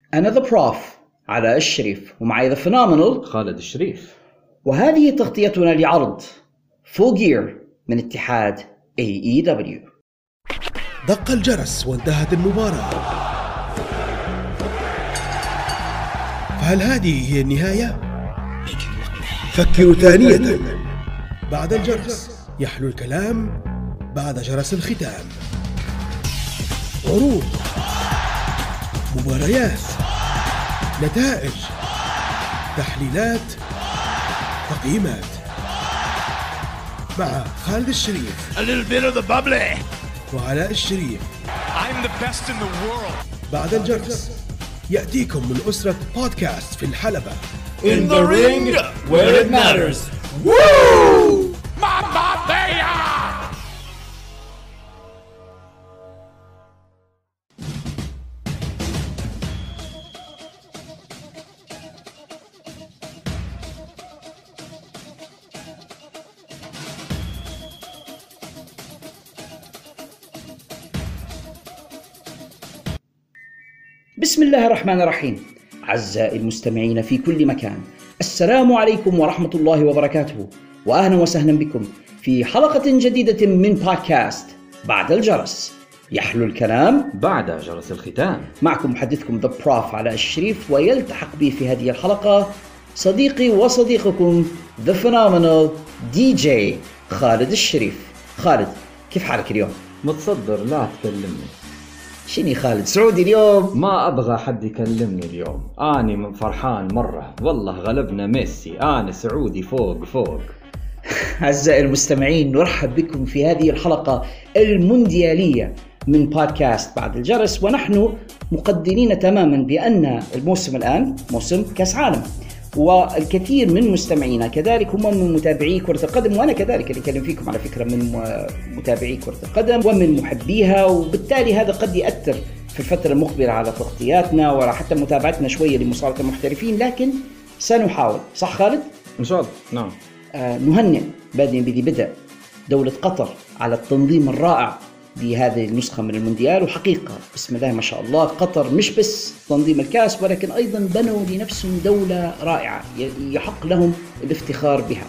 أنا The Prof علاء الشريف، ومعي The Phenomenal خالد الشريف. وهذه تغطيتنا لعرض Full Gear من اتحاد AEW. دق الجرس وانتهت المباراة، فهل هذه هي النهاية؟ فكروا ثانية. بعد الجرس يحلو الكلام، بعد جرس الختام. عروض، مباريات، نتائج، تحليلات، تقييمات، مع خالد الشريف A little bit of the bubbly. وعلاء الشريف. I'm the best in the world. بعد الجرس يأتيكم من أسرة بودكاست في الحلبة. In the ring where it matters. Woo! Mamma Mia! بسم الله الرحمن الرحيم. أعزائي المستمعين في كل مكان، السلام عليكم ورحمة الله وبركاته، وأهلا وسهلا بكم في حلقة جديدة من بودكاست بعد الجرس يحلو الكلام بعد جرس الختام. معكم محدثكم The Prof علاء الشريف، ويلتحق بي في هذه الحلقة صديقي وصديقكم The Phenomenal DJ خالد الشريف. خالد، كيف حالك اليوم؟ متصدر لا تكلمني. شيني خالد سعودي اليوم؟ ما أبغى حد يكلمني اليوم، أنا من فرحان مرة، والله غلبنا ميسي، أنا سعودي فوق. أعزائي المستمعين، نرحب بكم في هذه الحلقة المونديالية من بودكاست بعد الجرس، ونحن مقدرين تماما بأن الموسم الآن موسم كأس عالم، والكثير من مستمعينا كذلك هم من متابعي كرة القدم، وأنا كذلك اللي أكلم فيكم على فكرة من متابعي كرة القدم ومن محبيها، وبالتالي هذا قد يأثر في الفترة المقبلة على تغطياتنا ولا حتى متابعتنا شوية لمصارعة المحترفين، لكن سنحاول. صح خالد؟ إن شاء الله. نعم. نهنئ بادئ بذي بدأ دولة قطر على التنظيم الرائع لهذه النسخة من المونديال، وحقيقة بسم الله ما شاء الله قطر مش بس تنظيم الكاس ولكن أيضا بنوا لنفسهم دولة رائعة يحق لهم الافتخار بها.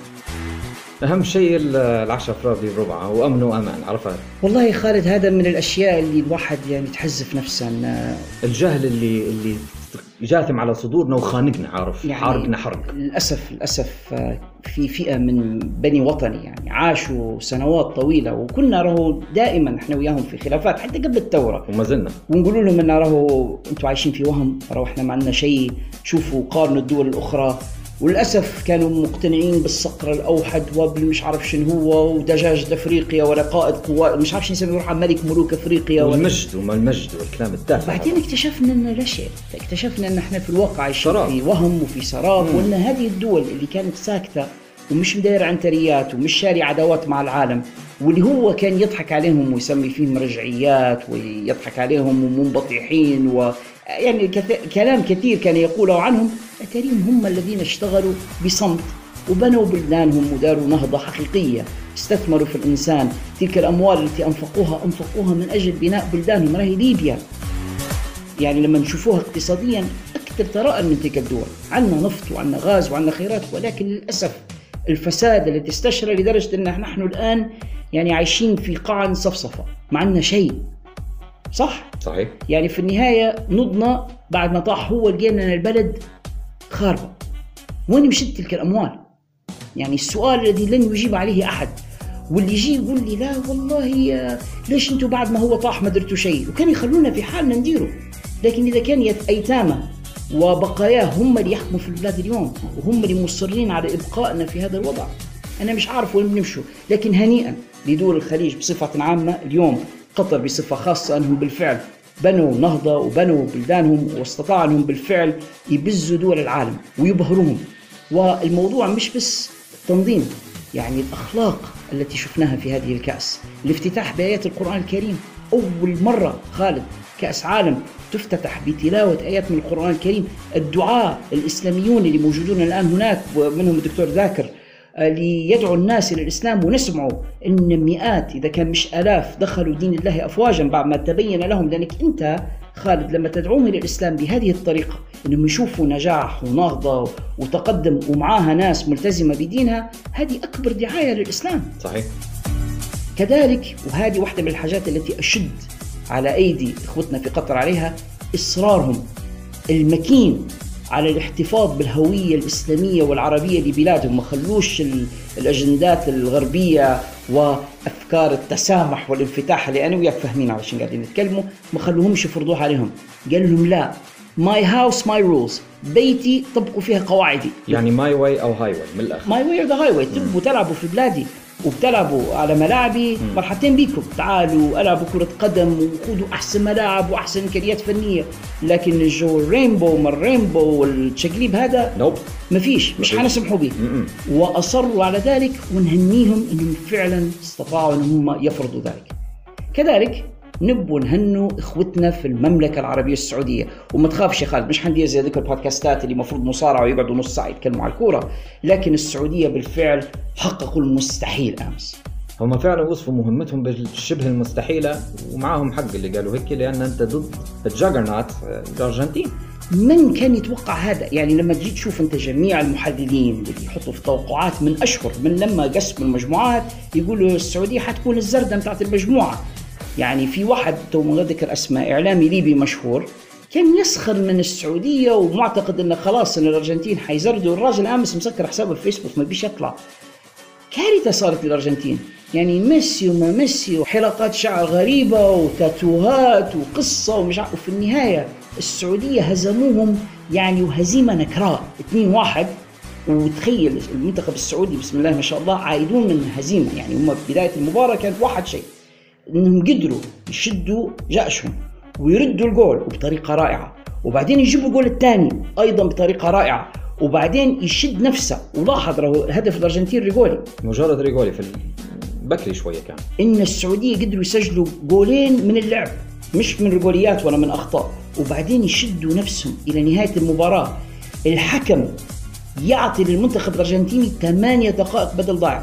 أهم شيء العشرة أفراد الربعة وأمن وأمان، عرفت؟ والله يا خالد هذا من الأشياء اللي الواحد يعني تحزف نفسه أن الجهل اللي جاثم على صدورنا وخانقنا، عارف يعني حارقنا حرق. للأسف في فئة من بني وطني يعني عاشوا سنوات طويلة، وكنا راهو دائما احنا وياهم في خلافات حتى قبل الثورة، وما زلنا ونقول لهم ان راهو انتوا عايشين في وهم، راهو احنا ما عندنا شيء، شوفوا قارنوا الدول الأخرى. وللأسف كانوا مقتنعين بالصقر الأوحد ومش عارف شنو هو ودجاجة أفريقيا ولا قائد قوات مش عارف شنو يسمي روحه ملك ملوك أفريقيا والمجد وما المجد والكلام التافه. بعدين اكتشفنا أن لا شيء، اكتشفنا أن احنا في الواقع عايشين في وهم وفي سراب، وأن هذه الدول اللي كانت ساكتة ومش مداير عنتريات ومش شاري عداوات مع العالم، واللي هو كان يضحك عليهم ويسمي فيهم رجعيات ويضحك عليهم ومنبطحين يعني كلام كثير كان يقوله عنهم، أتاريهم هم الذين اشتغلوا بصمت وبنوا بلدانهم وداروا نهضة حقيقية، استثمروا في الإنسان. تلك الأموال التي أنفقوها من أجل بناء بلدانهم. راهي ليبيا يعني لما نشوفوها اقتصاديا أكثر ثراء من تلك الدول، عندنا نفط وعندنا غاز وعندنا خيرات، ولكن للأسف الفساد الذي استشرى لدرجة أن نحن الآن يعني عايشين في قاع صفصفة، ما عندنا شيء. صحيح. يعني في النهاية نضنا بعد ما طاح هو لقينا البلد خاربة. وين مشت تلك الأموال؟ يعني السؤال الذي لن يجيب عليه أحد، واللي يجي يقول لي لا والله ليش أنتوا بعد ما هو طاح ما درتوا شيء، وكان يخلونا في حالنا نديره. لكن إذا كان أيتامه وبقاياه هم اللي يحكموا في البلاد اليوم وهم اللي مصرين على إبقائنا في هذا الوضع، أنا مش عارف وين بنمشوا. لكن هنيئا لدول الخليج بصفة عامة، اليوم قطر بصفة خاصة أنهم بالفعل بنوا نهضة وبنوا بلدانهم، واستطاعوا أنهم بالفعل يبزوا دول العالم ويبهروهم. والموضوع مش بس تنظيم، يعني الأخلاق التي شفناها في هذه الكأس، الافتتاح بآيات القرآن الكريم. أول مرة خالد كأس عالم تفتتح بتلاوة آيات من القرآن الكريم. الدعاء الإسلاميون اللي موجودون الآن هناك ومنهم الدكتور ذاكر ليدعو الناس إلى الإسلام، ونسمعوا إن مئات إذا كان مش آلاف دخلوا دين الله أفواجا بعد ما تبين لهم، لأنك أنت خالد لما تدعوهم إلى الإسلام بهذه الطريقة، إنهم يشوفوا نجاح ونهضة وتقدم ومعاها ناس ملتزمة بدينها، هذه أكبر دعاية للإسلام. صحيح. كذلك، وهذه واحدة من الحاجات التي أشد على أيدي إخوتنا في قطر عليها، إصرارهم المكين على الاحتفاظ بالهوية الإسلامية والعربية لبلادهم. ما خلوش الأجندات الغربية وأفكار التسامح والانفتاح اللي أنا وياك فاهمين علشان قاعدين نتكلموا، ما خلوهمش يفرضوها عليهم. قال لهم لا، my house my rules، بيتي طبقوا فيها قواعدي. يعني my way أو high way من الأخر. my way or the highway. تبقوا تلعبوا في بلادي وبتلعبوا على ملاعبي، مرحبتين بيكم، تعالوا ألعبوا كرة قدم وخذوا أحسن ملاعب وأحسن إمكانيات فنية. لكن الجو الرينبو ما الرينبو والتشقليب هذا ما فيش، مش حنسمحوا به. وأصروا على ذلك، ونهنيهم إنهم فعلا استطاعوا إنهم يفرضوا ذلك. كذلك نبوا نهنوا إخوتنا في المملكة العربية السعودية. وما تخافش يا خالد، مش حندير زي ذيك البودكاستات اللي مفروض مصارعة ويقعدوا نص ساعة يتكلموا على الكورة، لكن السعودية بالفعل حققوا المستحيل أمس. هم فعلا وصفوا مهمتهم بالشبه المستحيلة، ومعاهم حق اللي قالوا هيك، لأن أنت ضد الجاجرنات الأرجنتين. من كان يتوقع هذا؟ يعني لما تجي تشوف أنت جميع المحللين اللي يحطوا في توقعات من أشهر، من لما قسموا المجموعات يقولوا السعودية حتكون الزردة متاعت المجموعة. يعني في واحد تو ما ذكر اسماء، إعلامي ليبي مشهور، كان يسخر من السعودية ومعتقد إنه خلاص إن الأرجنتين حيزردوا. الراجل أمس مسكر حسابه في فيسبوك ما بيش يطلع. كارثة صارت للأرجنتين، يعني ميسي وما ميسي وحلقات شعر غريبة وتاتوهات وقصة ومش عارف. وفي النهاية السعودية هزموهم يعني، وهزيمة نكراء 2-1. وتخيل المنتخب السعودي بسم الله ما شاء الله عايدون من هزيمة، يعني هم بداية المباراة كانت 1-0، إنهم قدروا يشدوا جأشهم ويردوا الجول وبطريقة رائعة، وبعدين يجيبوا الجول الثاني أيضا بطريقة رائعة، وبعدين يشد نفسه. ولاحظ هدف الأرجنتين ريغولي، مجرد ريغولي في بكري شوية كان. إن السعودية قدروا يسجلوا جولين من اللعب، مش من ريغوليات ولا من أخطاء، وبعدين يشدوا نفسهم إلى نهاية المباراة. الحكم يعطي للمنتخب الأرجنتيني 8 دقائق بدل ضائع،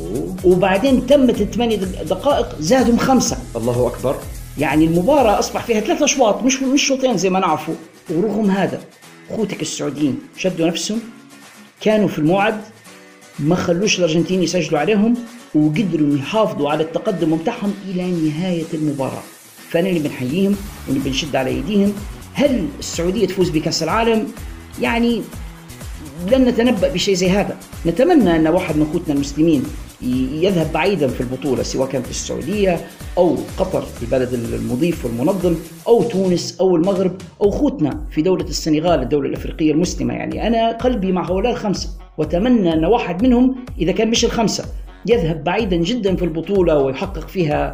وبعدين تمت 8 دقائق زادهم 5. الله أكبر. يعني المباراة أصبح فيها 3 أشواط، مش شوطين زي ما نعرفوا. ورغم هذا أخوتك السعوديين شدوا نفسهم، كانوا في الموعد، ما خلوش الأرجنتين يسجلوا عليهم، وقدروا يحافظوا على التقدم متاعهم إلى نهاية المباراة. فأنا اللي بنحييهم واللي بنشد على يديهم. هل السعودية تفوز بكأس العالم؟ يعني لن نتنبأ بشيء زي هذا. نتمنى أن واحد من أخوتنا المسلمين يذهب بعيدا في البطولة، سواء كانت السعودية أو قطر البلد المضيف والمنظم، أو تونس أو المغرب، أو أخوتنا في دولة السنغال الدولة الأفريقية المسلمة. يعني أنا قلبي مع هؤلاء ال5، وأتمنى أن واحد منهم إذا كان مش ال5 يذهب بعيدا جدا في البطولة ويحقق فيها،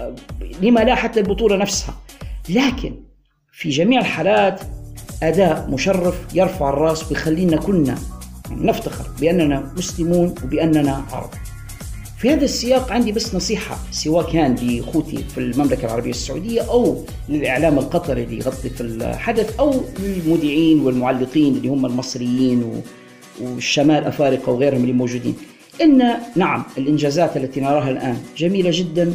لما لا حتى البطولة نفسها. لكن في جميع الحالات أداء مشرف يرفع الرأس ويخلينا كلنا نفتخر بأننا مسلمون وبأننا عرب. في هذا السياق عندي بس نصيحة، سواء كان لأخوتي في المملكة العربية السعودية أو للإعلام القطري اللي يغطي في الحدث، أو للمذيعين والمعلقين اللي هم المصريين والشمال أفارقة وغيرهم اللي موجودين، إن نعم الإنجازات التي نراها الآن جميلة جدا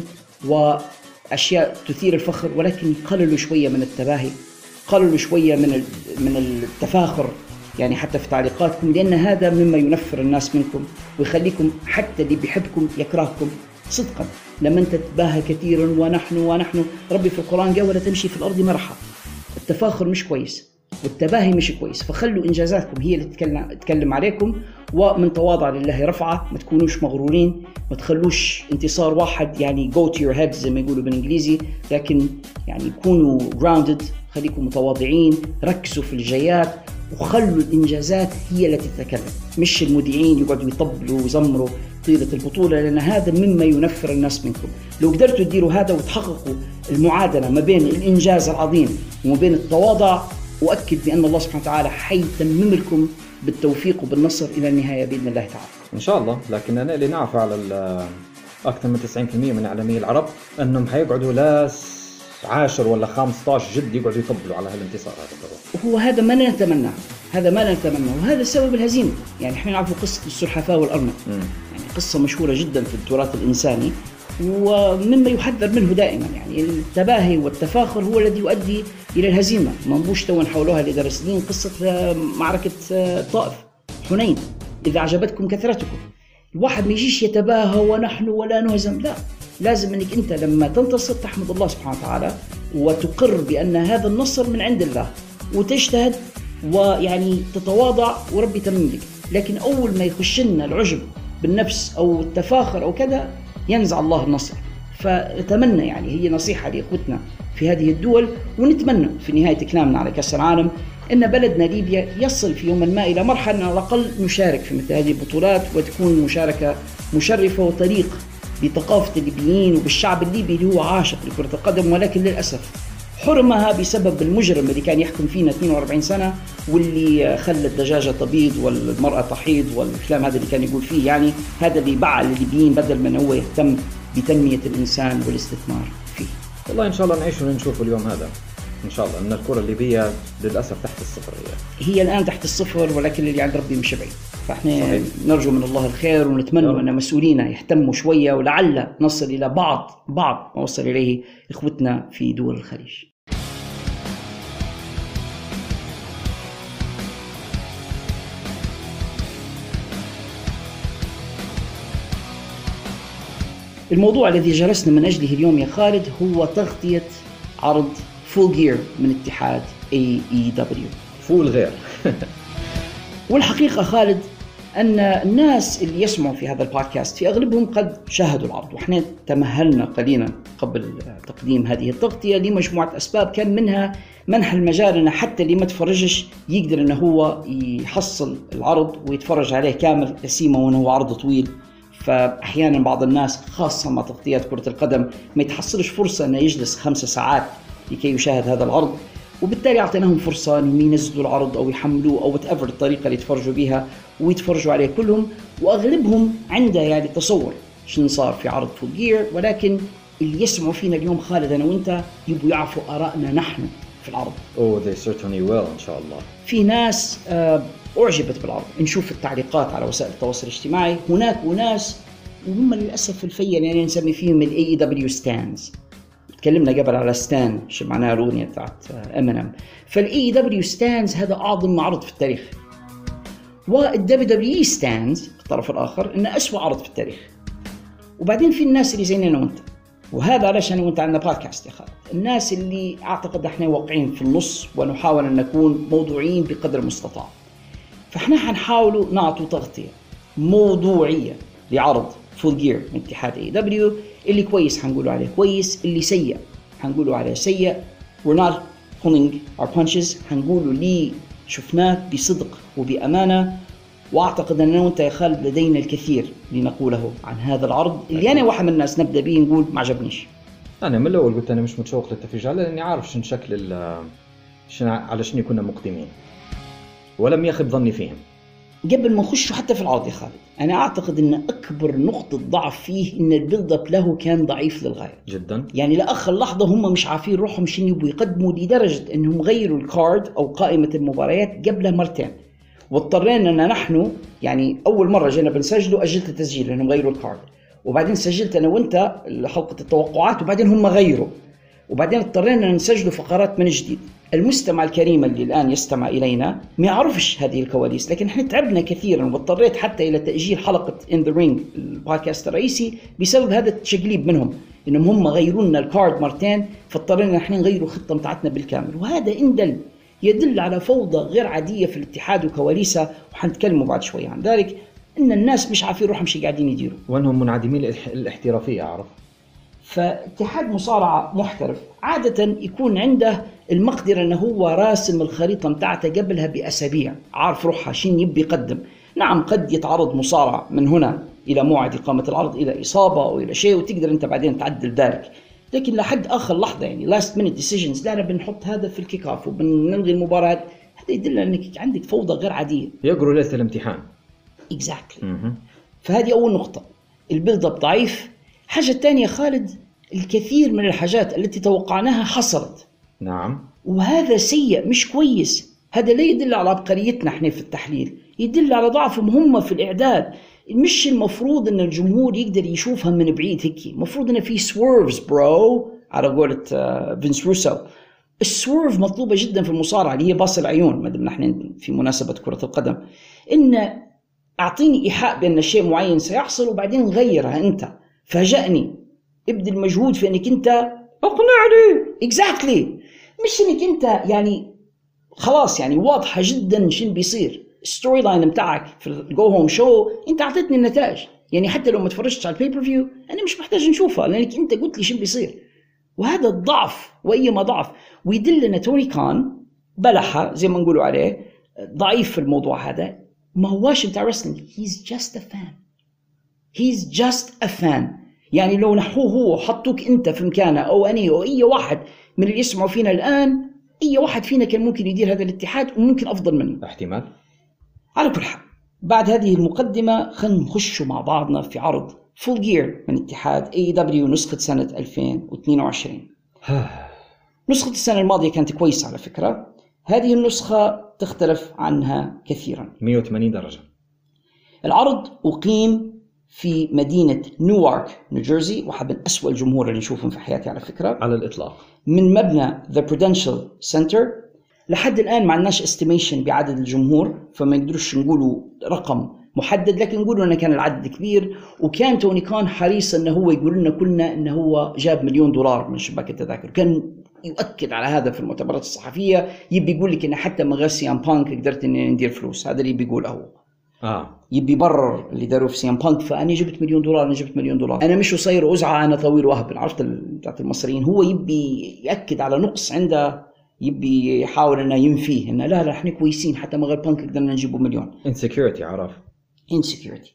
وأشياء تثير الفخر، ولكن قللوا شوية من التباهي، قللوا شوية من التفاخر، يعني حتى في تعليقاتكم، لأن هذا مما ينفر الناس منكم ويخليكم حتى اللي بيحبكم يكرهكم. صدقا لما أنت تتباهى كثيرا ونحن ربي في القرآن قال ولا تمشي في الأرض مرحا. التفاخر مش كويس والتباهي مش كويس، فخلوا إنجازاتكم هي اللي تتكلم عليكم، ومن تواضع لله رفعة. ما تكونوش مغرورين، ما تخلوش انتصار واحد يعني go to your head زي ما يقولوا بالإنجليزي، لكن يعني كونوا grounded، خليكم متواضعين، ركزوا في الجيات، وخلوا الإنجازات هي التي تتكلم، مش المذيعين يقعدوا يطبلوا ويزمروا طيلة البطولة، لأن هذا مما ينفر الناس منكم. لو قدرتوا تديروا هذا وتحققوا المعادلة ما بين الإنجاز العظيم وما بين التواضع، وأكد بأن الله سبحانه وتعالى حيتمم لكم بالتوفيق وبالنصر إلى النهاية بإذن الله تعالى إن شاء الله. لكن أنا اللي نعرف على أكثر من 90% من إعلامي العرب أنهم حيقعدوا لا 10 ولا 15 جد يقعدوا يطبلوا على هالانتصار هذا. وهو هذا ما نتمناه، وهذا سبب الهزيمة. يعني احنا نعرف قصة السلحفاة والأرنب، يعني قصة مشهورة جدا في التراث الإنساني، ومما يحذر منه دائما. يعني التباهي والتفاخر هو الذي يؤدي إلى الهزيمة. منبوش تو حولوها لدرسين قصة معركة طائف حنين، إذا أعجبتكم كثرتكم. الواحد ما يجيش يتباهى ونحن ولا نهزم، لا، لازم أنك أنت لما تنتصر تحمد الله سبحانه وتعالى وتقر بأن هذا النصر من عند الله، وتجتهد ويعني تتواضع وربي تمم لك. لكن أول ما يخشنا العجب بالنفس أو التفاخر أو كذا ينزع الله النصر. فنتمنى يعني هي نصيحة لإخوتنا في هذه الدول، ونتمنى في نهاية كلامنا على كأس العالم أن بلدنا ليبيا يصل في يوم ما إلى مرحلة على الأقل نشارك في مثل هذه البطولات، وتكون مشاركة مشرفة وتليق بثقافة الليبيين وبالشعب الليبي اللي هو عاشق لكرة القدم، ولكن للأسف حرمها بسبب المجرم اللي كان يحكم فينا 42 سنة واللي خلى الدجاجة تبيض والمرأة تحيض والكلام هذا اللي كان يقول فيه. يعني هذا اللي باع الليبيين بدل من هو يهتم بتنمية الإنسان والاستثمار فيه. والله إن شاء الله نعيش ونشوف اليوم هذا إن شاء الله، أن الكرة الليبية للأسف تحت الصفر. هي الآن تحت الصفر، ولكن اللي عند ربي مش بعيد. فإحنا نرجو من الله الخير، ونتمنى أن مسؤولينا يهتموا شوية، ولعل نصل إلى بعض ما وصل إليه إخوتنا في دول الخليج. الموضوع الذي جلسنا من أجله اليوم يا خالد هو تغطية عرض فول جير من اتحاد AEW. فول غير. والحقيقة خالد أن الناس اللي يسمعوا في هذا البودكاست في أغلبهم قد شاهدوا العرض، وإحنا تمهلنا قليلا قبل تقديم هذه التغطية لمجموعة أسباب، كان منها منح المجال أن حتى اللي ما تفرجش يقدر أنه هو يحصل العرض ويتفرج عليه كامل، سيما وأنه هو عرض طويل. فأحيانا بعض الناس خاصة مع تغطيات كرة القدم ما يتحصلش فرصة أنه يجلس 5 ساعات لكي يشاهد هذا العرض، وبالتالي أعطيناهم فرصة أن ينزلوا العرض أو يحملوه أو whatever الطريقة اللي يتفرجوا بها ويتفرجوا عليه كلهم. وأغلبهم عنده يعني تصور شنو صار في عرض فول جير، ولكن اللي يسمعوا فينا اليوم خالد أنا وإنت يبوا يعرفوا آرائنا نحن في العرض. they certainly will إن شاء الله. في ناس أعجبت بالعرض، نشوف التعليقات على وسائل التواصل الاجتماعي، هناك وناس وهم للأسف الفيل يعني نسمي فيهم ال AEW stands. تكلمنا قبل على ستان شو معناها الأغنية بتاعت امينيم. فال AEW stands هذا أعظم عرض في التاريخ، وال WWE stands في الطرف الآخر إنه أسوأ عرض في التاريخ. وبعدين في الناس اللي زينا وانت، وهذا علشان وانت عندنا بودكاست يا خالد، الناس اللي أعتقد احنا واقعين في النص ونحاول أن نكون موضوعيين بقدر المستطاع. فاحنا حنحاولوا نعطوا تغطية موضوعية لعرض فول جير من اتحاد AEW. اللي كويس حنقولوا عليه كويس، اللي سيء حنقولوا عليه سيء. we're not pulling our punches، حنقولوا لي شفناه بصدق وبأمانة. وأعتقد أننا وأنت يا خالد لدينا الكثير لنقوله عن هذا العرض اللي أنا واحد من الناس نبدأ به نقول ما عجبنيش. أنا من الأول قلت أنا مش متشوق للتفريج على لأني عارف شن شكل على شنو كنا مقدمين، ولم يخب ظني فيهم. قبل ما نخش حتى في العرض يا خالد، أنا أعتقد أن أكبر نقطة ضعف فيه أن البيلد اب له كان ضعيف للغاية جدا. يعني لآخر لحظة هم مش عارفين روحهم شنو يبوا يقدموا، لدرجة أنهم غيروا الكارد أو قائمة المباريات قبلها مرتين، واضطرينا أن نحن يعني أول مرة جينا بنسجله أجلت التسجيل لأنهم غيروا الكارد، وبعدين سجلت أنا وأنت حلقة التوقعات، وبعدين هم غيروا، وبعدين اضطرينا نسجلوا فقرات من جديد. المستمع الكريم اللي الآن يستمع إلينا ما يعرفش هذه الكواليس، لكن احنا تعبنا كثيرا واضطريت حتى إلى تأجيل حلقة In the Ring البودكاست الرئيسي بسبب هذا التشقليب منهم، إنهم هم غيروا لنا الكارد مرتين، فاضطرينا نحن نغيروا الخطة متاعتنا بالكامل. وهذا يدل على فوضى غير عادية في الاتحاد وكواليسه، وحنتكلموا بعد شوي عن ذلك. إن الناس مش عارفين روحهم شي قاعدين يديروا، وأنهم منعدمين الاحترافية. أعرف فاتحاد مصارعة محترف عادة يكون عنده المقدرة أنه هو راسم الخريطة متاعته قبلها بأسابيع، عارف روحها شين يبي يقدم. نعم قد يتعرض مصارع من هنا إلى موعد إقامة العرض إلى إصابة أو إلى شيء وتقدر أنت بعدين تعدل ذلك، لكن لحد آخر لحظة يعني last minute decisions، لا بنحط هذا في الكيك اوف وبنلغي المباراة. هذا يدل أنك عندك فوضى غير عادية، يقروا ليلة الامتحان. exactly. فهذه أول نقطة، البيلد اب ضعيف. حاجة تانية خالد، الكثير من الحاجات التي توقعناها حصلت. نعم. وهذا سيء مش كويس. هذا لا يدل على عبقريتنا احنا في التحليل، يدل على ضعفهم هم في الإعداد. مش المفروض ان الجمهور يقدر يشوفها من بعيد هيك، المفروض ان في سويرفز برو على قولة فينس روسو، السورف مطلوبة جدا في المصارعة اللي هي باص العيون، ما دام نحن في مناسبة كرة القدم، إن أعطيني إيحاء بأن شيء معين سيحصل وبعدين غيرها أنت، فاجأني، ابذل مجهود في أنك أنت أقنعني exactly، مش أنك أنت يعني خلاص يعني واضحة جدا شن بيصير. الستوري لاين متاعك في الجو هوم شو أنت أعطيتني النتائج، يعني حتى لو ما تفرجتش على البيبر فيو أنا مش محتاج نشوفها لأنك أنت قلت لي شن بيصير. وهذا الضعف وأيما ضعف، ويدلنا توني كان بلحة زي ما نقولوا عليه ضعيف في الموضوع هذا، ما هواش بتاع wrestling. he's just a fan. يعني لو نحوه هو حطوك انت في مكانه او اني او اي واحد من اللي يسمعوا فينا الان، اي واحد فينا كان ممكن يدير هذا الاتحاد وممكن افضل منه احتمال. على كل حال بعد هذه المقدمة خلينا نخش مع بعضنا في عرض فول جير من اتحاد AEW نسخة سنة 2022. نسخة السنة الماضية كانت كويسة على فكرة، هذه النسخة تختلف عنها كثيرا 180 درجة. العرض أقيم في مدينة نيوارك نيوجيرسي، واحد من أسوأ الجمهور اللي نشوفهم في حياتي على فكرة على الإطلاق، من مبنى The Prudential Center. لحد الآن ما عندناش استيميشن بعدد الجمهور، فما نقدرش نقولوا رقم محدد، لكن نقولوا أنه كان العدد كبير، وكان توني كان حريص أنه هو يقول لنا كلنا أنه هو جاب $1 مليون من شباك التذاكر، كان يؤكد على هذا في المؤتمرات الصحفية، يبي يقول لك إن حتى من غير سيام بانك قدرت إني ندير فلوس، هذا اللي بيقوله هو. يبي يبرر اللي داروه في سيام بانك، فأنا جبت $1 مليون، أنا جبت $1 مليون، أنا مش قصير أزعة، أنا طويل وهبل، عرفت بتاعت المصريين. هو يبي يأكد على نقص عنده، يبي يحاول إنه ينفيه إنه لا إحنا كويسين حتى من غير بانك قدرنا نجيبه $1 مليون. insecurity، عرف insecurity.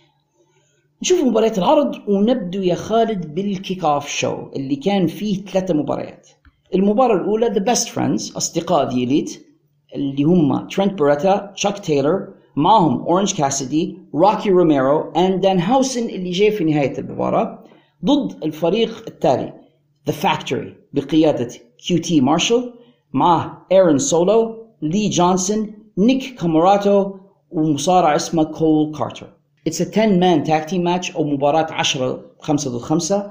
نشوف مباريات العرض ونبدو يا خالد بالكيك اوف شو اللي كان فيه 3 مباريات. المباراة الأولى The Best Friends، أصدقاء The Elite، اللي هم ترينت باريتا، تشاك تايلر، معهم أورنج كاسيدي، روكي روميرو، and دان هاوسن اللي جاي في نهاية المباراة، ضد الفريق التالي The Factory بقيادة QT مارشال، معه إيرون سولو، لي جونسون، نيك كاموراتو، ومصارع اسمه كول كارتر. It's a 10-man tag team match أو مباراة 10 5 ضد 5.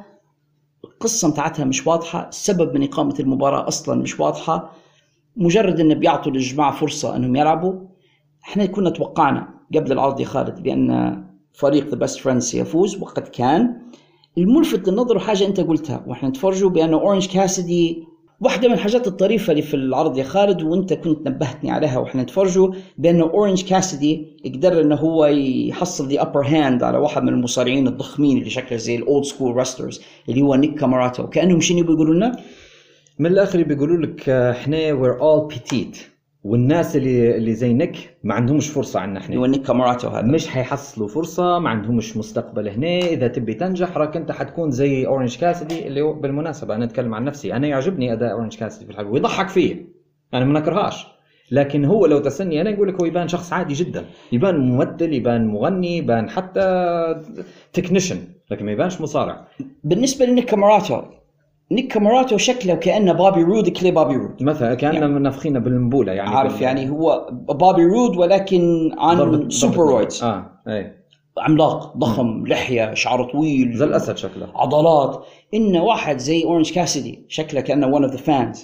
القصة متاعتها مش واضحة، السبب من إقامة المباراة أصلا مش واضحة، مجرد إنه بيعطوا للجماعة فرصة إنهم يلعبوا. إحنا كنا توقعنا قبل العرض يا خالد بأن فريق The Best Friends سيفوز، وقد كان. الملفت للنظر حاجة أنت قلتها وإحنا نتفرجوا، بأن أورنج كاسيدي واحدة من الحاجات الطريفة اللي في العرض يا خالد، وانت كنت نبهتني عليها وإحنا نتفرجوا، بأنه أورنج كاسيدي يقدر إنه هو يحصل the upper hand على واحد من المصارعين الضخمين اللي شكله زي الأولد سكول رستلرز اللي هو نيك كاموراتو. كأنهم شنو بيقولوا لنا؟ من الآخر بيقولوا لك إحنا we're all petite، والناس اللي زي نيك ما عندهمش فرصة عنا إحنا. هو نيك كاموراتو هذا مش حيحصلوا فرصة، ما عندهمش مستقبل هنا. إذا تبي تنجح راك أنت حتكون زي أورنج كاسيدي، اللي هو بالمناسبة أنا أتكلم عن نفسي، أنا يعجبني أداء أورنج كاسيدي في الحلقة ويضحك فيه، أنا ما نكرهاش، لكن هو لو تسني أنا أقول لك هو يبان شخص عادي جدا، يبان ممثل، يبان مغني، يبان حتى تكنيشن، لكن ما يبانش مصارع. بالنسبة لنيك كاموراتو، نيك كاموراتو شكله كأنه بابي رود، كلي بابي رود مثلا، كأننا يعني منفخينه بالمبولة، يعني عارف يعني هو بابي رود ولكن عن سوبرويدز. أي عملاق ضخم، لحية، شعر طويل زي الأسد شكله، عضلات. إن واحد زي أورنج كاسيدي شكله كأنه one of the fans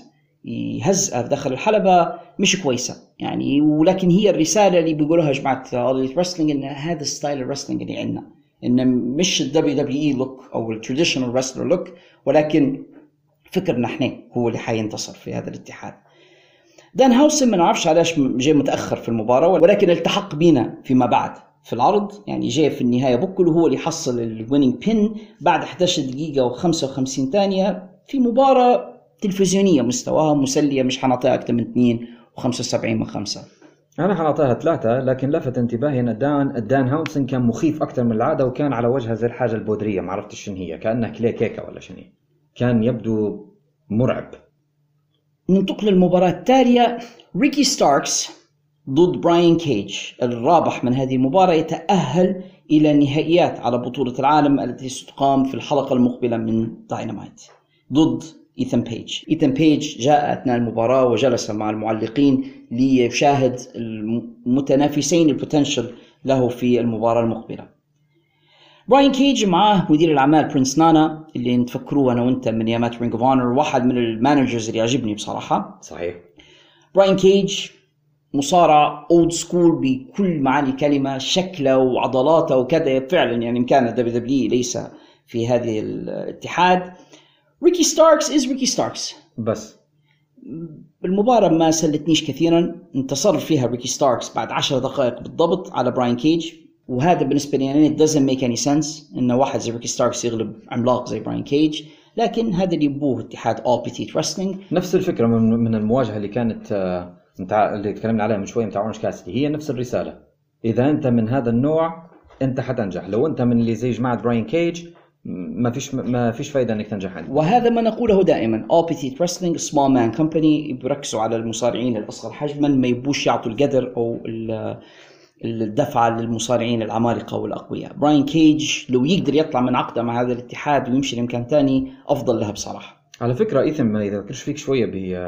يهزأ في داخل الحلبة مش كويسة يعني. ولكن هي الرسالة اللي بيقولوها جماعة All Elite Wrestling إن هذا ستايل الرسلينج اللي عندنا، إن مش ال WWE look أو ال traditional wrestler look، ولكن فكرنا احنا هو اللي حينتصر في هذا الاتحاد. دان هاوسن ما نعرفش علاش جاي متأخر في المباراة، ولكن التحق بينا فيما بعد في العرض، يعني جاي في النهاية بكل هو اللي حصل الويننج بين بعد 11 دقيقة و55 ثانية في مباراة تلفزيونية مستواها مسلية، مش حنعطيها أكثر من 2.75/5. أنا حنعطيها 3. لكن لفت انتباهي أن دان هاوسن كان مخيف أكثر من العادة، وكان على وجهه زي الحاجة البودرية، ما عرفت شنو هي، كأنها كيكة ولا شنو، كان يبدو مرعب. ننتقل للمباراة التالية، ريكي ستاركس ضد براين كيج. الرابح من هذه المباراة يتأهل إلى النهائيات على بطولة العالم التي ستقام في الحلقة المقبلة من داينامايت ضد إيثان بيج. إيثان بيج جاء أثناء المباراة وجلس مع المعلقين ليشاهد المتنافسين البوتنشل له في المباراة المقبلة. براين كيج معاه مدير الأعمال برنس نانا اللي نتفكروه أنا وأنت من أيامات رينج اوف اونر، واحد من المانجرز اللي يعجبني بصراحة. صحيح. براين كيج مصارع اولد سكول بكل معاني الكلمة، شكله وعضلاته وكذا فعلا يعني إمكان WWE ليس في هذه الاتحاد. ريكي ستاركس is ريكي ستاركس. بس المباراة ما سلتنيش كثيرا، انتصر فيها ريكي ستاركس بعد 10 دقائق بالضبط على براين كيج، وهذا بالنسبة لي يعني it doesn't make any sense إنه واحد زي ريكي ستاركس يغلب عملاق زي براين كيج، لكن هذا اللي يبوه اتحاد All Petite Wrestling. نفس الفكرة من المواجهة اللي كانت اللي تكلمنا عليها من شوي متاع اورنج كاسدي، هي نفس الرسالة. إذا أنت من هذا النوع أنت حتنجح، لو أنت من اللي زي جماعة براين كيج ما فيش فايدة انك تنجح عنه. وهذا ما نقوله دائما، All Petite Wrestling small man company، بيركزوا على المصارعين الاصغر حجما، ما يبوش يعطوا القدر او الدفعة للمصارعين العمالقة والاقوياء. براين كيج لو يقدر يطلع من عقده مع هذا الاتحاد ويمشي لمكان ثاني افضل لها بصراحة. على فكرة ايثم ما يذكرش فيك شوية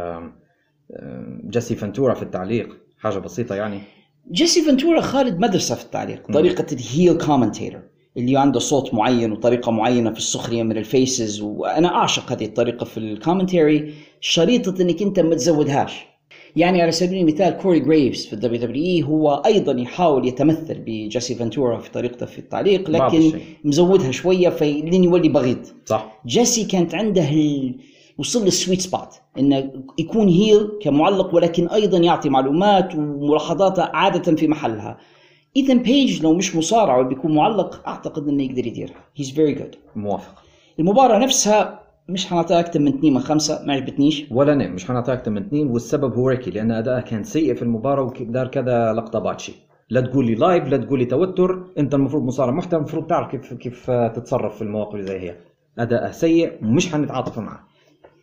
بجيسي فنتورا في التعليق، حاجة بسيطة يعني. جيسي فنتورا خالد مدرسة في التعليق، طريقة الهيل كومنتيتور اللي عنده صوت معين وطريقة معينة في السخرية من الفيسز، وأنا أعشق هذه الطريقة في الكومنتاري، شريطة إنك أنت ما تزودهاش. يعني على سبيل المثال كوري جريفز في WWE هو أيضا يحاول يتمثل بجيسي فنتورا في طريقته في التعليق، لكن مزودها شوية فلين يولي بغيض. صح. جيسي كانت عنده وصل للسويت سبوت إنه يكون هيل كمعلق، ولكن أيضا يعطي معلومات وملاحظاته عادة في محلها. إيثن بيج لو مش مصارع وبيكون معلق أعتقد إنه يقدر يديرها. He's very good. موافق. المباراة نفسها مش حنعطيها أكتر من 2 من 5، ما عجبتنيش. ولا نعم مش حنعطيها أكتر من 2، والسبب هو ريكي، لأن أداءه كان سيء في المباراة ودار كذا لقطة باتشي. لا تقول لي لايف، لا تقول لي توتر، أنت المفروض مصارع محترم، المفروض تعرف كيف تتصرف في المواقف زي هي. أداءه سيء ومش حنتعاطف معه.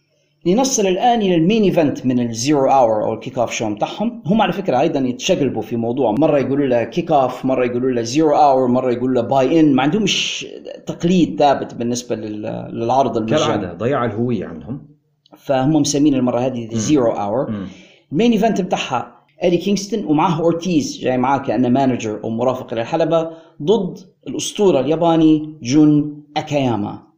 لنصل الآن إلى المين إيفنت من الزيرو أور أو الكيك أوف شو متاعهم. هم على فكرة أيضا يتشقلبوا في موضوع، مرة يقولوا له كيك أوف، مرة يقولوا له زيرو أور، مرة يقولوا له باي إن. ما عندهمش تقليد ثابت بالنسبة للعرض المجاني كالعادة، ضياع الهوية عندهم، فهم مسمين المرة هذه زيرو أور. المين إيفنت بتاعها إيدي كينغستون ومعه أورتيز جاي معاه كأنه مانجر أو مرافق للحلبة ضد الأسطورة الياباني جون أكاياما.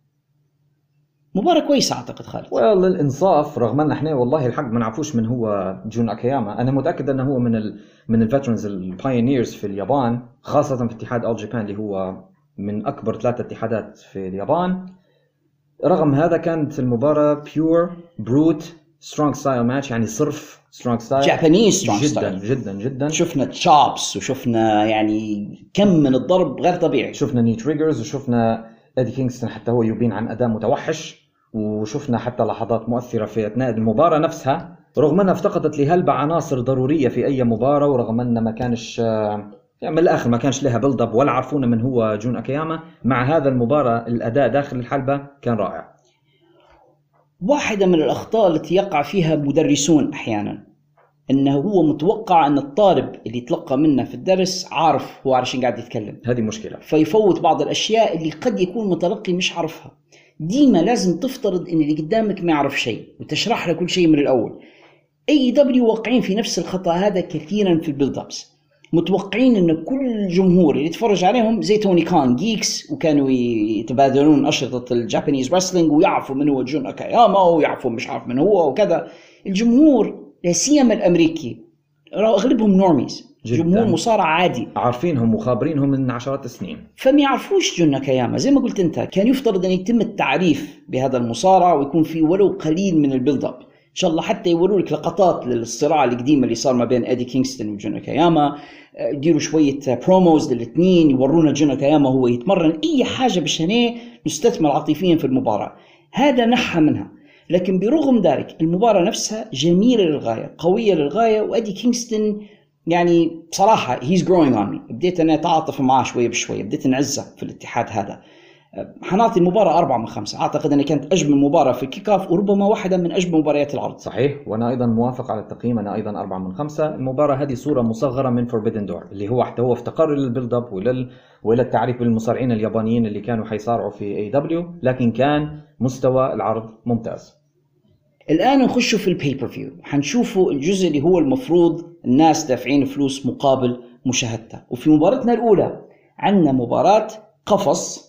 مباراة كويسة أعتقد خالد. للإنصاف رغم أن إحنا والله الحق ما نعرفوش من هو جون أكاياما، أنا متأكد أنه هو من الفيترنز البايونيرز في اليابان، خاصة في اتحاد أول جابان اللي هو من أكبر 3 اتحادات في اليابان. رغم هذا كانت المباراة بيور بروت سترونج ستايل ماتش، يعني صرف سترونج ستايل، جابانيز سترونج جدا ستايل جدا جدا. شفنا تشابس وشفنا يعني كم من الضرب غير طبيعي، شفنا ني تريجرز، وشفنا إيدي كينغستون حتى هو يبين عن أداء متوحش، وشفنا حتى لحظات مؤثرة في أثناء المباراة نفسها، رغم أنها افتقدت لهلبة عناصر ضرورية في أي مباراة، ورغم أنها ما كانش يعني من الآخر ما كانش لها بيلد اب ولا عرفونا من هو جون أكاياما. مع هذا المباراة الأداء داخل الحلبة كان رائع. واحدة من الأخطاء التي يقع فيها مدرسون أحيانا أنه هو متوقع أن الطالب اللي يتلقى منه في الدرس عارف هو عارشين قاعد يتكلم، هذه مشكلة، فيفوت بعض الأشياء اللي قد يكون متلقي مش عارفها. ديما لازم تفترض أن اللي قدامك ما يعرف شيء وتشرح له كل شيء من الأول. AEW واقعين في نفس الخطأ هذا كثيرا في البيلد أبس، متوقعين أن كل الجمهور اللي يتفرج عليهم زي توني كان جيكس وكانوا يتبادلون أشرطة الجابانيز رسلينج ويعرفوا من هو جون أكاياما ويعرفوا مش عارف من هو وكذا. الجمهور لا سيما الأمريكي أغلبهم نورميز، جمهور مصارع عادي، عارفينهم وخابرينهم من عشرات السنين، فما يعرفوش جون أكاياما. زي ما قلت أنت كان يفترض أن يتم التعريف بهذا المصارع ويكون فيه ولو قليل من البيلد أب. إن شاء الله حتى يوروا لك لقطات للصراع القديم اللي صار ما بين إيدي كينغستون وجون أكاياما، يديروا شوية بروموز للاثنين، يورونا جون أكاياما هو يتمرن، أي حاجة بشانيه نستثمر عاطفيا في المباراة. هذا نحى منها. لكن برغم ذلك المباراة نفسها جميلة للغاية، قوية للغاية، وإيدي كينغستون يعني بصراحة he's growing on me. بديت أنا أتعاطف معاه شوية بشوية، بديت نعزه في الاتحاد هذا. حنعطي المباراة 4 من 5. أعتقد أنها كانت أجمل مباراة في الكيك أوف وربما واحدة من أجمل مباريات العرض. صحيح، وأنا أيضا موافق على التقييم، أنا أيضا 4 من 5. المباراة هذه صورة مصغرة من Forbidden Door اللي هو حتى هو افتقر للبيلد أب وإلى التعريف بالمصارعين اليابانيين اللي كانوا حيصارعوا في AEW، لكن كان مستوى العرض ممتاز. الآن نخشوا في البيبر فيو، حنشوفوا الجزء اللي هو المفروض الناس دافعين فلوس مقابل مشاهدته. وفي مباراتنا الأولى عندنا مباراة قفص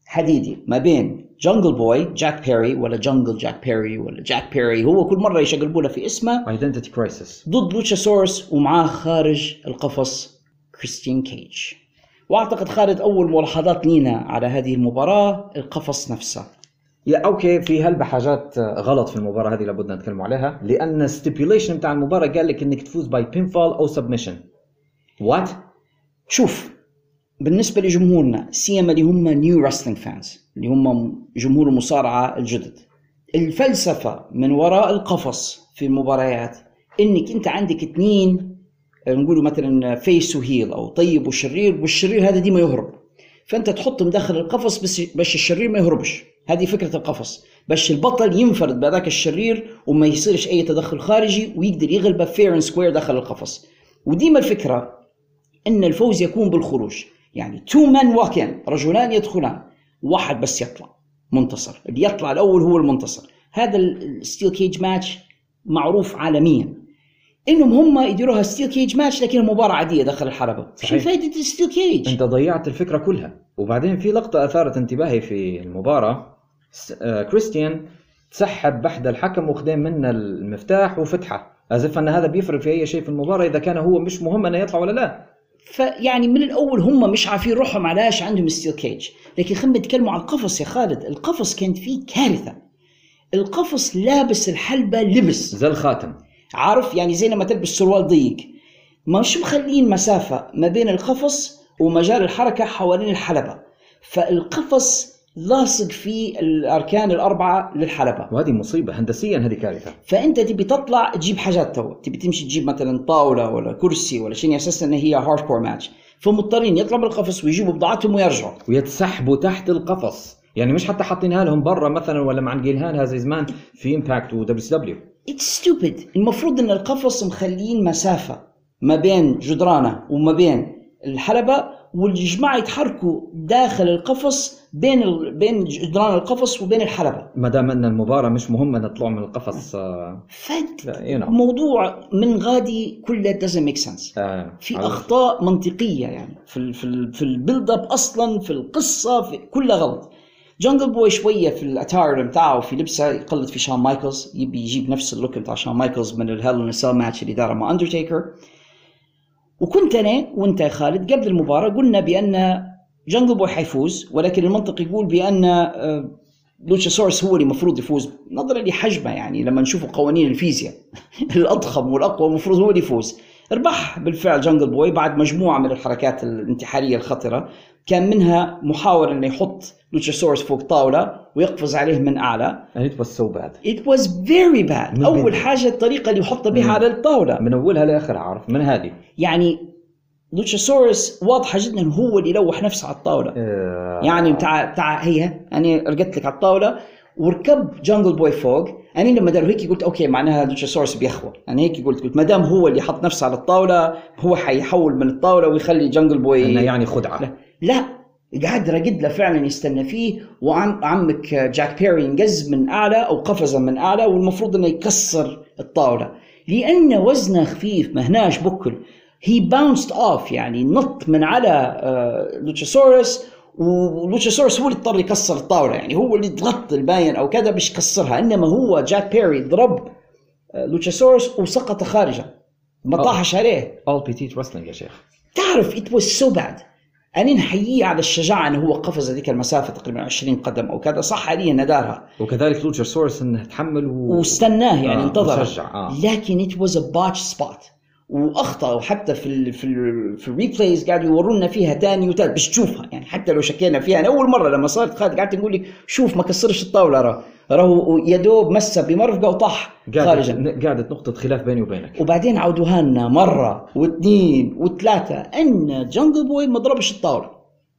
حديدي ما بين جانجل بوي جاك بيري ولا جانجل جاك بيري ولا جاك بيري، هو كل مرة يشقلبوا له في اسمه، ايدنتيتي كرايسيس، ضد لوتشاسورس ومعاه خارج القفص كريستيان كيج. واعتقد خالد اول ملاحظات لينا على هذه المباراة القفص نفسه. يا اوكي في هلبة حاجات غلط في المباراة هذه لابد نتكلم عليها، لان الستيبيوليشن بتاع المباراة قال لك انك تفوز باي بينفال او سبمشن. وات؟ شوف بالنسبة لجمهورنا سيما اللي هم نيو رسلينج فانز، اللي هم جمهور المصارعة الجدد، الفلسفة من وراء القفص في المباريات انك انت عندك اثنين نقولوا مثلا فيس وهيل او طيب وشرير، والشرير هذا دي ما يهرب، فانت تحطهم داخل القفص بس الشرير ما يهربش. هذه فكرة القفص، بس البطل ينفرد بهذاك الشرير وما يصيرش اي تدخل خارجي ويقدر يغلبه فير اند سكوير داخل القفص. وديما الفكرة ان الفوز يكون بالخروج، يعني تو مان واكين، رجلان يدخلان، واحد بس يطلع منتصر، اللي يطلع الاول هو المنتصر. هذا الستيل كيج ماتش معروف عالميا انهم هم يديروها ستيل كيج ماتش، لكن مباراة عادية داخل الحلبة. شو فايدة الستيل كيج؟ انت ضيعت الفكرة كلها. وبعدين في لقطة اثارت انتباهي في المباراة، كريستيان تسحب بحد الحكم واخذين منه المفتاح وفتحه، أزف أن هذا بيفرق في أي شيء في المباراة إذا كان هو مش مهم أنه يطلع ولا لا. فيعني من الأول هم مش عارفين روحهم علاش عندهم ستيل كيج. لكن خلينا نتكلموا عن القفص يا خالد. القفص كانت فيه كارثة. القفص لابس الحلبة لبس زي الخاتم، عارف يعني زي لما تلبس سروال ضيق، مش مخلين مسافة ما بين القفص ومجال الحركة حوالين الحلبة، فالقفص لاصق في الأركان الأربعة للحلبة، وهذه مصيبة هندسيا، هذه كارثة. فأنت تبي تطلع تجيب حاجات، تبي تمشي تجيب مثلا طاولة ولا كرسي ولا شيء، أساسا إن هي هارد كور ماتش، فمضطرين يطلعوا بالقفص ويجيبوا بضاعتهم ويرجعوا ويتسحبوا تحت القفص. يعني مش حتى حاطينها لهم برا مثلا ولا معلقينها زي زمان في امباكت ودبليو. It's stupid. المفروض إن القفص مخلين مسافة ما بين جدرانه وما بين الحلبة، والجماعة يتحركوا داخل القفص بين جدران القفص وبين الحلبة. ما دام ان المباراة مش مهمة نطلعوا من القفص. موضوع من غادي كله doesn't make sense. في أخطاء منطقية يعني في البيلد اب أصلا، في القصة، في كل غلط. جانجل بوي شوية في الاتاير بتاعه في لبسه يقلد في شون مايكلز، يبي يجيب نفس اللوك بتاع شون مايكلز من الهيل ان سيل ماتش اللي داره مع اندرتيكر. وكنت أنا وأنت يا خالد قبل المباراة قلنا بأن جانجل بوي حيفوز، ولكن المنطق يقول بأن لوتشاسورس هو اللي مفروض يفوز نظرا لحجمه. يعني لما نشوف قوانين الفيزياء الأضخم والأقوى مفروض هو اللي يفوز. ربح بالفعل جانجل بوي بعد مجموعة من الحركات الانتحارية الخطرة، كان منها محاولة أنه يحط لوتشاسورس فوق طاولة ويقفز عليه من أعلى. It was so bad. It was very bad. أول حاجة الطريقة اللي يحط بها على الطاولة من أولها لآخرها، عارف من هذه يعني لوتشاسورس واضحة جدا هو اللي لوح نفسه على الطاولة. يعني بتاع هي أنا رقدت لك على الطاولة وركب جانجل بوي فوق. أنا لما داروا هيك قلت أوكي معناها لوتشاسورس بيخوى. أنا هيك قلت ما دام هو اللي حط نفسه على الطاولة هو حيحول من الطاولة ويخلي جانجل بوي إنه يعني خدعة. لا قاعد رقد له فعلا يستنى فيه، وعمك جاك بيري ينقز من أعلى أو قفز من أعلى، والمفروض إنه يكسر الطاولة لأن وزنه خفيف ما هناش بكل. he bounced off يعني نط من على لوتشاسورس، ولوتشاسورس هو اللي اضطر يكسر الطاولة، يعني هو اللي ضغط الباين أو كذا باش يكسرها، إنما هو جاك بيري ضرب لوتشاسورس وسقط خارجه ما طاحش عليه. all petite wrestling يا شيخ. تعرف it was so bad. أنا نحييه على الشجاعة أنه هو قفز هذيك المسافة تقريبا 20 قدم أو كذا، صح عليه أنه دارها، وكذلك لوتشاسورس أنه تحمل واستناه يعني انتظر. لكن it was a botch spot وأخطأ. وحتى في الريبلايز قاعد يورونا فيها تاني وتالت باش تشوفها، يعني حتى لو شكينا فيها. أنا أول مرة لما صارت خالد قاعد تقول لي شوف ما كسرش الطاولة، راهو يدوب مسه بمرفقة وطاح خارجا. قاعدت نقطة خلاف بيني وبينك. وبعدين عودوها لنا مرة واثنين وثلاثة أن جانجل بوي ما ضربش الطاولة.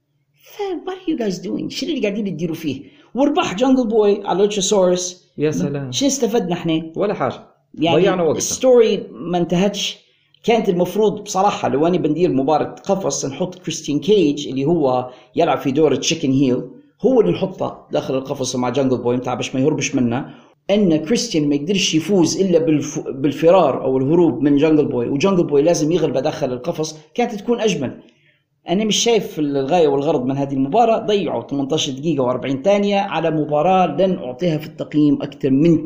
what are you guys doing؟ شو اللي قاعدين تديروا فيه؟ وربح جانجل بوي على لوتشاسورس. يا سلام، شو استفدنا احنا؟ ولا حاجة، يعني ضيعنا وقت. الستوري ما انتهتش. كانت المفروض بصراحة لو أنا بندير مباراة قفص نحط كريستيان كيج اللي هو يلعب في دور تشيكن هيل، هو اللي نحطه داخل القفص مع جانجل بوي متاع باش ما يهربش منه. أن كريستيان ما يقدرش يفوز إلا بالفرار أو الهروب من جانجل بوي، وجانجل بوي لازم يغلب داخل القفص، كانت تكون أجمل. أنا مش شايف الغاية والغرض من هذه المباراة. ضيعوا 18 دقيقة و40 ثانية على مباراة لن أعطيها في التقييم أكثر من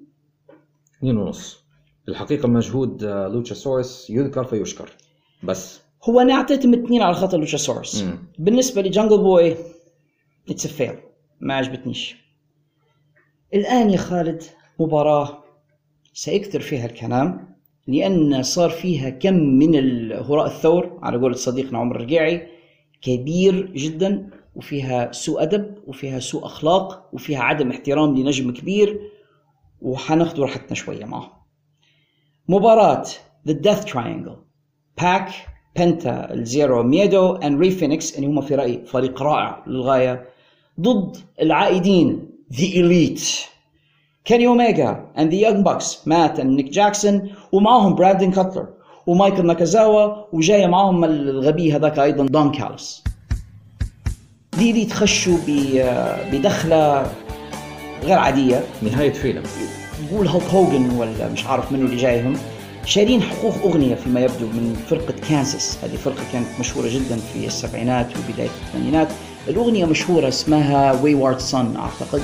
2.5. الحقيقة مجهود لوتشاسورس يذكر فيشكر، بس هو أنا أعطيتهم 2 على خاطر لوتشاسورس. بالنسبة لجانجل بوي it's a fail، ما عجبتنيش. الآن يا خالد مباراة سيكثر فيها الكلام، لأن صار فيها كم من الهراء الثور على قول صديقنا عمر الرقيعي كبير جدا، وفيها سوء أدب وفيها سوء أخلاق وفيها عدم احترام لنجم كبير، وحناخد راحتنا شوية معه. مباراة The Death Triangle، باك، بنتا، الزيرو ميدو and ري فينيكس، اللي هم في رأيي فريق رائع للغاية، ضد العائدين The Elite كيني أوميجا and the Young Bucks مات and نيك جاكسون، ومعهم براندن كاتلر ومايكل ناكازاوا، وجاية معهم الغبي هذاك أيضا دون كالوس. دي اللي تخشوا بدخلة غير عادية، نهاية فيلم. يقول هالك هوغن ولا مش عارف منه اللي جايهم، شارين حقوق أغنية فيما يبدو من فرقة كانساس. هذه فرقة كانت مشهورة جدا في السبعينات وبداية الثمانينات. الأغنية مشهورة اسمها Wayward Son أعتقد،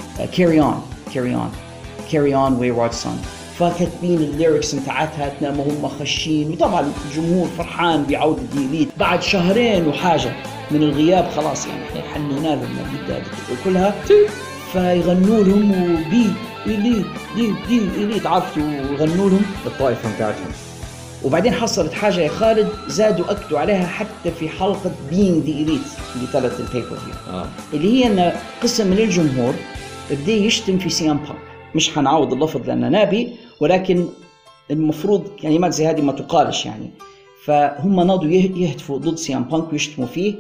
Carry on Wayward Son. فكاتبين الليركس متاعتها تنام هم خشين، وطبعا الجمهور فرحان بعودة دي إليت بعد شهرين وحاجة من الغياب. خلاص يعني احنا حنينا لهم كلها، فيغنوا لهم وبي إليت دي إليت، عرفتوا، ويغنوا لهم الطائفة متاعتهم. وبعدين حصلت حاجة يا خالد زادوا أكدوا عليها حتى في حلقة Being the Elite اللي تلت البيبر فيو، اللي هي أن قسم من الجمهور بدأ يشتم في سيام بانك. مش حنعوض اللفظ لأنه نابي، ولكن المفروض كلمات زي هذه ما تقالش يعني. فهم ناضوا يهتفوا ضد سيام بانك ويشتموا فيه.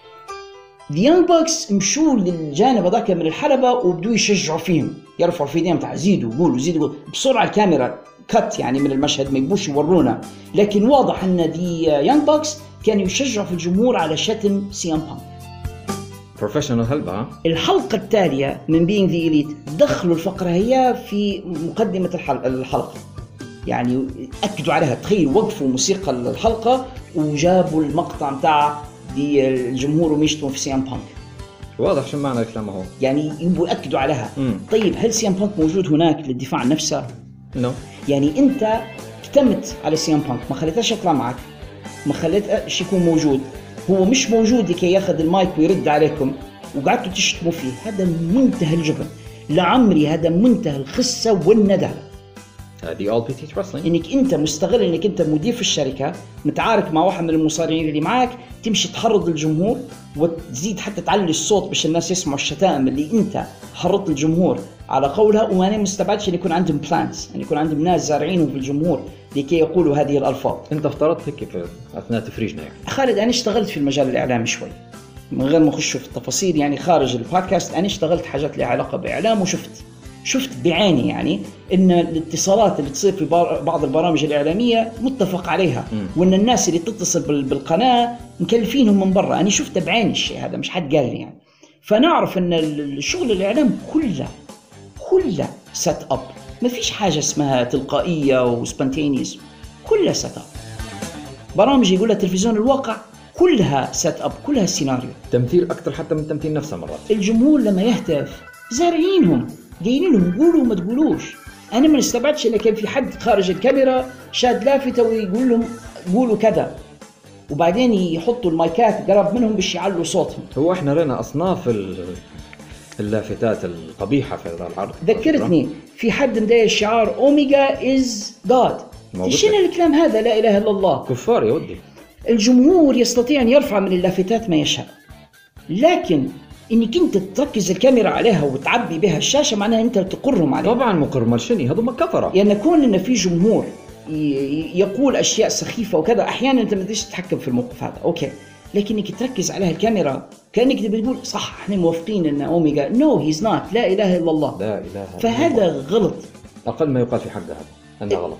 The Young Bucks مشوا للجانب هذاك من الحلبة وبدوا يشجعوا فيهم، يرفعوا في ايديهم تاع زيدوا قولوا بسرعة. الكاميرا كات يعني من المشهد ما يبوش يورونا، لكن واضح ان دي Young Bucks كانوا يشجعوا في الجمهور على شتم سيام بانك. بروفيشنال هلبة. الحلقة التالية من Being the Elite دخلوا الفقرة هي في مقدمة الحلقة، يعني أكدوا عليها. تخيل وقفوا موسيقى الحلقة وجابوا المقطع متاع دي الجمهور وميشتموا في سيام بانك. واضح شو معنى الكلام هو، يعني يبوا يأكدوا عليها. طيب هل سيام بانك موجود هناك للدفاع عن نفسه؟ no. يعني أنت اكتمت على سيام بانك، ما خليتهش يطلع معك، ما خليتهش يكون موجود، هو مش موجود لكي ياخذ المايك ويرد عليكم وقعدتوا تشتموا فيه. هذا منتهى الجبن لعمري، هذا منتهى الخسة والندالة. دي all PT wrestling. انك انت مستغل انك انت مدير في الشركة، متعارك مع واحد من المصارعين اللي معك، تمشي تحرض الجمهور وتزيد حتى تعلي الصوت باش الناس يسمعوا الشتائم اللي انت حرضت الجمهور على قولها. وانا مستبعدش ان يكون عندهم بلانز، ان يكون عندهم ناس زارعينهم في الجمهور لكي يقولوا هذه الالفاظ. انت افترضت هيك في اثناء تفريجنا يعني. خالد انا اشتغلت في المجال الاعلامي شوي من غير ما اخش في التفاصيل يعني خارج البودكاست. انا اشتغلت حاجات لها علاقة باعلام، وشفت بعيني يعني ان الاتصالات اللي تصير في بعض البرامج الاعلاميه متفق عليها، وان الناس اللي تتصل بالقناه مكلفينهم من برا. انا شفت بعيني الشيء هذا، مش حد قال لي يعني. فنعرف ان الشغل الاعلام كله سيت اب، ما فيش حاجه اسمها تلقائيه وسبونتينيوس، كلها سيت اب. برامج يقولها تلفزيون الواقع كلها سيت اب، كلها سيناريو، تمثيل اكثر حتى من التمثيل نفسه مرات. الجمهور لما يهتف زارعينهم، قايلين لهم قولوا وما تقولوش. انا ما استبعدش ان كان في حد خارج الكاميرا شاد لافتة ويقول لهم قولوا كذا، وبعدين يحطوا المايكات قرب منهم باش يعلوا صوتهم. هو احنا رأينا اصناف اللافتات القبيحة في هذا العرض. ذكرتني في حد مدايا الشعار اوميجا از جاد. ايش الكلام هذا؟ لا اله الا الله، كفار يا ودي. الجمهور يستطيع ان يرفع من اللافتات ما يشاء، لكن انك انت تركز الكاميرا عليها وتعبي بها الشاشه معناها انت تقرهم عليها. طبعا مقر مرشني، هذا ما كفره. يعني يكون ان في جمهور يقول اشياء سخيفه وكذا، احيانا انت ما تقدرش تتحكم في الموقف هذا، اوكي، لكن انك تركز عليها الكاميرا كانك بتقول صح احنا موافقين ان اوميجا نو هيز نوت، لا اله الا الله، لا اله الا الله. فهذا غلط، اقل ما يقال في حق هذا انه غلط.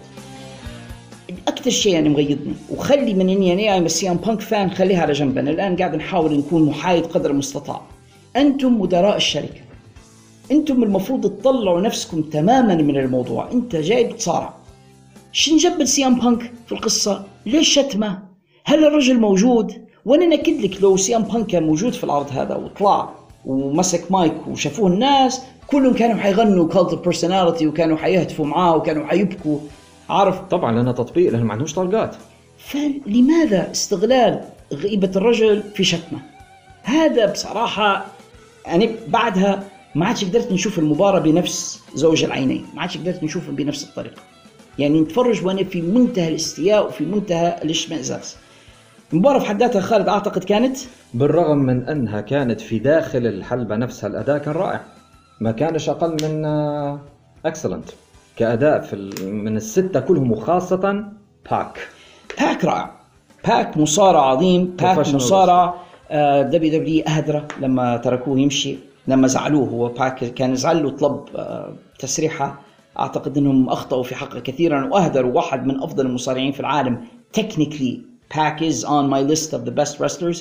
اكثر شيء يعني مغيظني، وخلي من اني انا سيام بانك فان خليها على جنب. انا الان قاعد نحاول نكون محايد قدر المستطاع. أنتم مدراء الشركة، أنتم المفروض تطلعوا نفسكم تماما من الموضوع. أنت جاي بتصارع، شن جبل سيام بانك في القصة؟ ليش شتمه؟ هل الرجل موجود وانا ناكد لك لو سي ام بانك كان موجود في العرض هذا وطلع ومسك مايك وشافوه الناس كلهم كانوا حيغنوا كالت اوف بيرسوناليتي وكانوا حيهتفوا معاه وكانوا حيبكوا، عارف؟ طبعا لانه تطبيق، لانه ما عندهمش طلقات. فلماذا استغلال غيبة الرجل في شتمه؟ هذا بصراحة يعني بعدها ما عادش قدرت نشوف المباراة بنفس زوج العينين، ما عادش قدرت نشوفها بنفس الطريقة. يعني نتفرج وانا في منتهى الاستياء وفي منتهى الاشمئزاز. المباراة في حد ذاتها خالد اعتقد كانت بالرغم من انها كانت في داخل الحلبة نفسها الاداء كان رائع، ما كانش اقل من اكسلنت كأداء من الستة كلهم، وخاصة باك رائع. باك مصارع عظيم، باك مصارع WWE أهدره لما تركوه يمشي، لما زعلوه. هو باك كان زعل وطلب تسريحة، أعتقد أنهم أخطأوا في حقه كثيرا وأهدروا واحد من أفضل المصارعين في العالم. Technically Pac is on my list of the best wrestlers.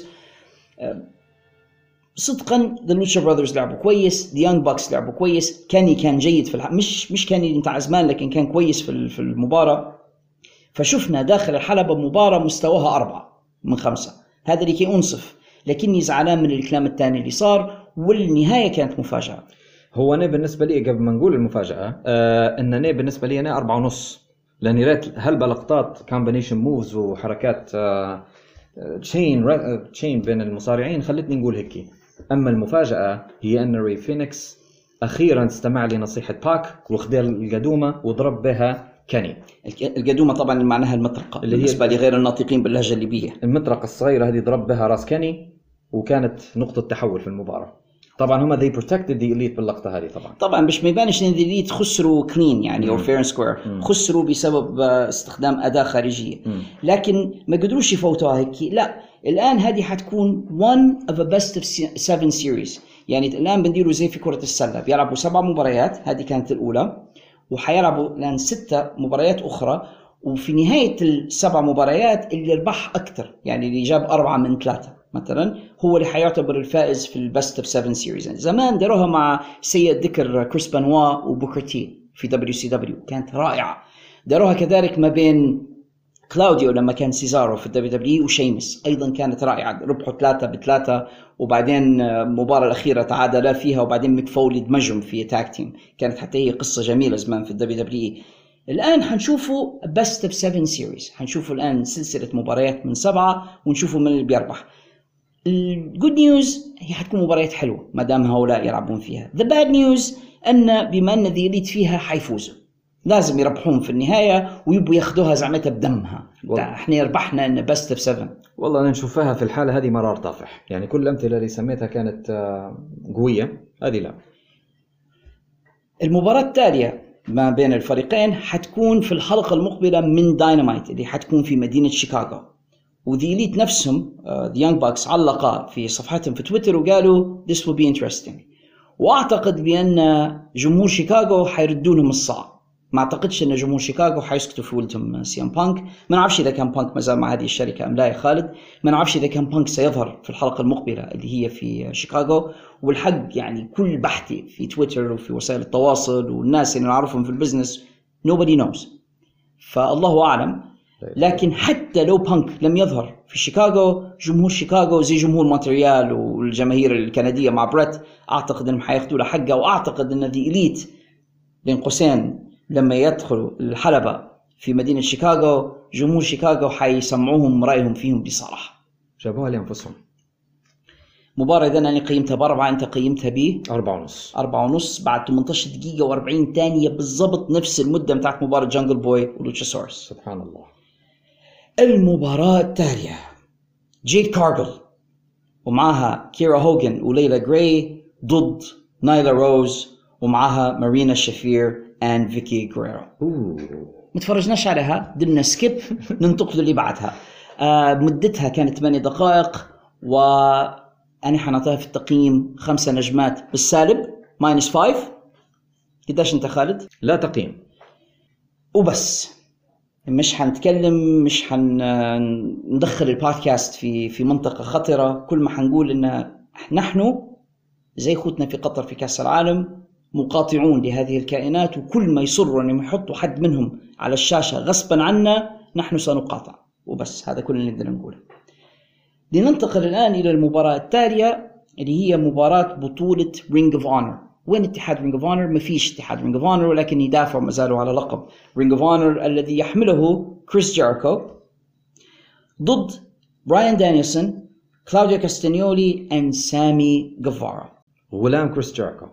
صدقا The Lucha Brothers لعبوا كويس، The Young Bucks لعبوا كويس، كاني كان جيد في مش كاني انت عزمان، لكن كان كويس في المباراة. فشفنا داخل الحلبة مباراة مستواها 4 من 5، هذا اللي كي أنصف. لكني زعلان من الكلام الثاني اللي صار، والنهاية كانت مفاجأة. هو أنا بالنسبة لي قبل ما نقول المفاجأة أنني بالنسبة لي أنا 4.5، لأني رأيت هالبلقطات كومبينيشن موفز وحركات تشين بين المصارعين خلتني نقول هيك. أما المفاجأة هي أن ري فينيكس أخيرا استمع لنصيحة باك وخذ القدومة وضرب بها كاني. القدومة طبعا معناها المطرقة اللي بالنسبة لغير الناطقين باللهجة الليبية، المطرقة الصغيرة هذه ضرب بها راس كاني، وكانت نقطة تحول في المباراة. طبعا هم they protected the elite باللقطة هذه. طبعا مش ما يبانش ان the elite خسروا clean يعني or fair and square، خسروا بسبب استخدام أداة خارجية، لكن ما قدروش يفوتوها هيك. لا، الآن هذه حتكون one of a best of 7 series. يعني الآن بنديروا زي في كرة السلة، بيلعبوا 7 مباريات، هذه كانت الأولى، وحيلعبوا الآن 6 مباريات أخرى، وفي نهاية ال7 مباريات اللي يربح أكتر، يعني اللي جاب 4 من 3 مثلا هو اللي حيعتبر الفائز في البست اوف 7 سيريز. يعني زمان داروها مع سيد ذكر كريس بانوا وبوكرتي في WCW، كانت رائعة. داروها كذلك ما بين كلاوديو لما كان سيزارو في WWE وشيمس، أيضا كانت رائعة، ربحوا 3-3، وبعدين المباراة الأخيرة تعادل فيها، وبعدين ميك فولي دمجهم في تاك تيم، كانت حتى هي قصة جميلة زمان في WWE. الآن حنشوفوا best of 7 series، حنشوفوا الآن سلسلة مباريات من 7، ونشوفوا من اللي بيربح. الجود نيوز هي حتكون مباريات حلوة ما دام هؤلاء يلعبون فيها. The bad news أن بما أن ذي إليت فيها حيفوزوا، لازم يربحون في النهاية ويبوا ياخدوها زعمتها بدمها. احنا ربحنا ان best of 7. والله أنا نشوفها في الحالة هذه مرار طافح، يعني كل الأمثلة اللي سميتها كانت قوية، هذه لا. المباراة التالية ما بين الفريقين حتكون في الحلقة المقبلة من داينامايت اللي حتكون في مدينة شيكاغو. وذي إليت نفسهم The Young Bucks علقوا في صفحتهم في تويتر وقالوا this will be interesting. وأعتقد بأن جمهور شيكاغو حيردوا لهم الصعب. ما أعتقدش أن جمهور شيكاغو حيسكتوا في ولدهم سي ام بانك. ما نعرفش إذا كان بانك مازال مع هذه الشركة أم لا يا خالد. ما نعرفش إذا كان بانك سيظهر في الحلقة المقبلة اللي هي في شيكاغو. والحق يعني كل بحثي في تويتر وفي وسائل التواصل والناس اللي نعرفهم في البزنس nobody knows. فالله أعلم. لكن حتى لو بانك لم يظهر في شيكاغو، جمهور شيكاغو زي جمهور مونتريال والجماهير الكندية مع بريت أعتقد أنهم حياخدوا له حقه. وأعتقد أن ذي إليت بين قوسين لما يدخلوا الحلبة في مدينة شيكاغو جمهور شيكاغو حيسمعوهم رأيهم فيهم بصراحة. جابوها لأنفسهم. مباراة إذا أنا قيمتها ب4، أنت قيمتها ب 4.5. 4.5 بعد 18 دقيقة و40 ثانية بالضبط، نفس المدة متاعت مباراة جانجل بوي ولوتشاسورس. سبحان الله. المباراة التالية جيد كارجل ومعها كيرا هوغن وليلا جراي ضد نايلا روز ومعها مارينا شافير and فيكي غريرو. متفرجناش عليها، دلنا سكيب ننتقل اللي بعدها. مدتها كانت 8 دقائق وأنا حنعطيها في التقييم 5 نجمات بالسالب -5. قداش انت خالد؟ لا تقييم وبس. مش حنتكلم، مش حندخل البودكاست في منطقة خطرة. كل ما حنقول إن نحن زي خوتنا في قطر في كأس العالم مقاطعون لهذه الكائنات، وكل ما يصروا أن يحطوا حد منهم على الشاشة غصبا عنا نحن سنقاطع. وبس هذا كل اللي نقدر نقوله. لننتقل الآن إلى المباراة التالية اللي هي مباراة بطولة رينج اوف اونر. وين اتحاد رينج اوف اونر؟ ما فيش اتحاد رينج اوف اونر، ولكن يدافعوا ما زالوا على لقب رينج اوف اونر الذي يحمله كريس جيريكو ضد براين دانيلسون، كلاوديو كاستانيولي and سامي جيفارا. غلام كريس جيريكو.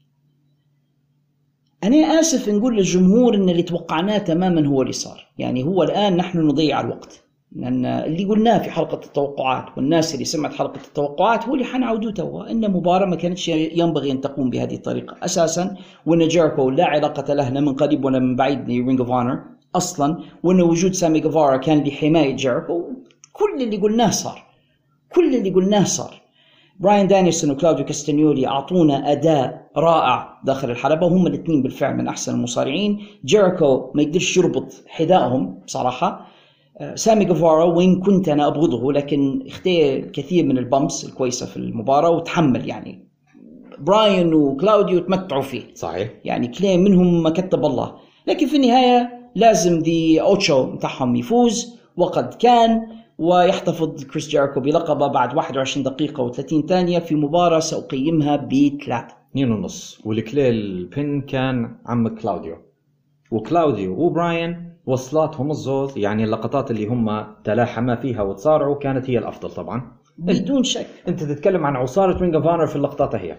أنا آسف نقول للجمهور إن اللي توقعناه تماما هو اللي صار. يعني هو الآن نحن نضيع الوقت، لأن اللي قلناه في حلقة التوقعات والناس اللي سمعت حلقة التوقعات هو اللي حنعودوا توا، إن مباراة ما كانتش ينبغي أن تقوم بهذه الطريقة أساسا، وإن جيريكو لا علاقة له من قريب ولا من بعيد لرينج اوف اونر أصلا، وإن وجود سامي جيفارا كان لحماية جيريكو. كل اللي قلناه صار، كل اللي قلناه صار. براين دانيلسون وكلاوديو كاستانيولي أعطونا أداء رائع داخل الحلبة، وهم الاثنين بالفعل من أحسن المصارعين. جيريكو ما يقدرش يربط حذائهم بصراحة. سامي جيفارا وين كنت أنا أبغضه، لكن اختار كثير من البامبس الكويسة في المباراة وتحمل. يعني براين وكلاوديو تمتعوا فيه صحيح، يعني كلين منهم ما كتب الله، لكن في النهاية لازم دي أوتشو متاعهم يفوز، وقد كان، ويحتفظ كريس جيريكو بلقبه بعد 21 دقيقة و30 ثانية في مباراة سأقيمها ب3 2.5. والكلي البن كان عم كلاوديو، وكلاوديو وبراين وصلاتهم الزوز. يعني اللقطات اللي هم تلاحما فيها وتصارعوا كانت هي الأفضل طبعا بدون شك. انت تتكلم عن عصارة رينج اوف اونر في اللقطات هي.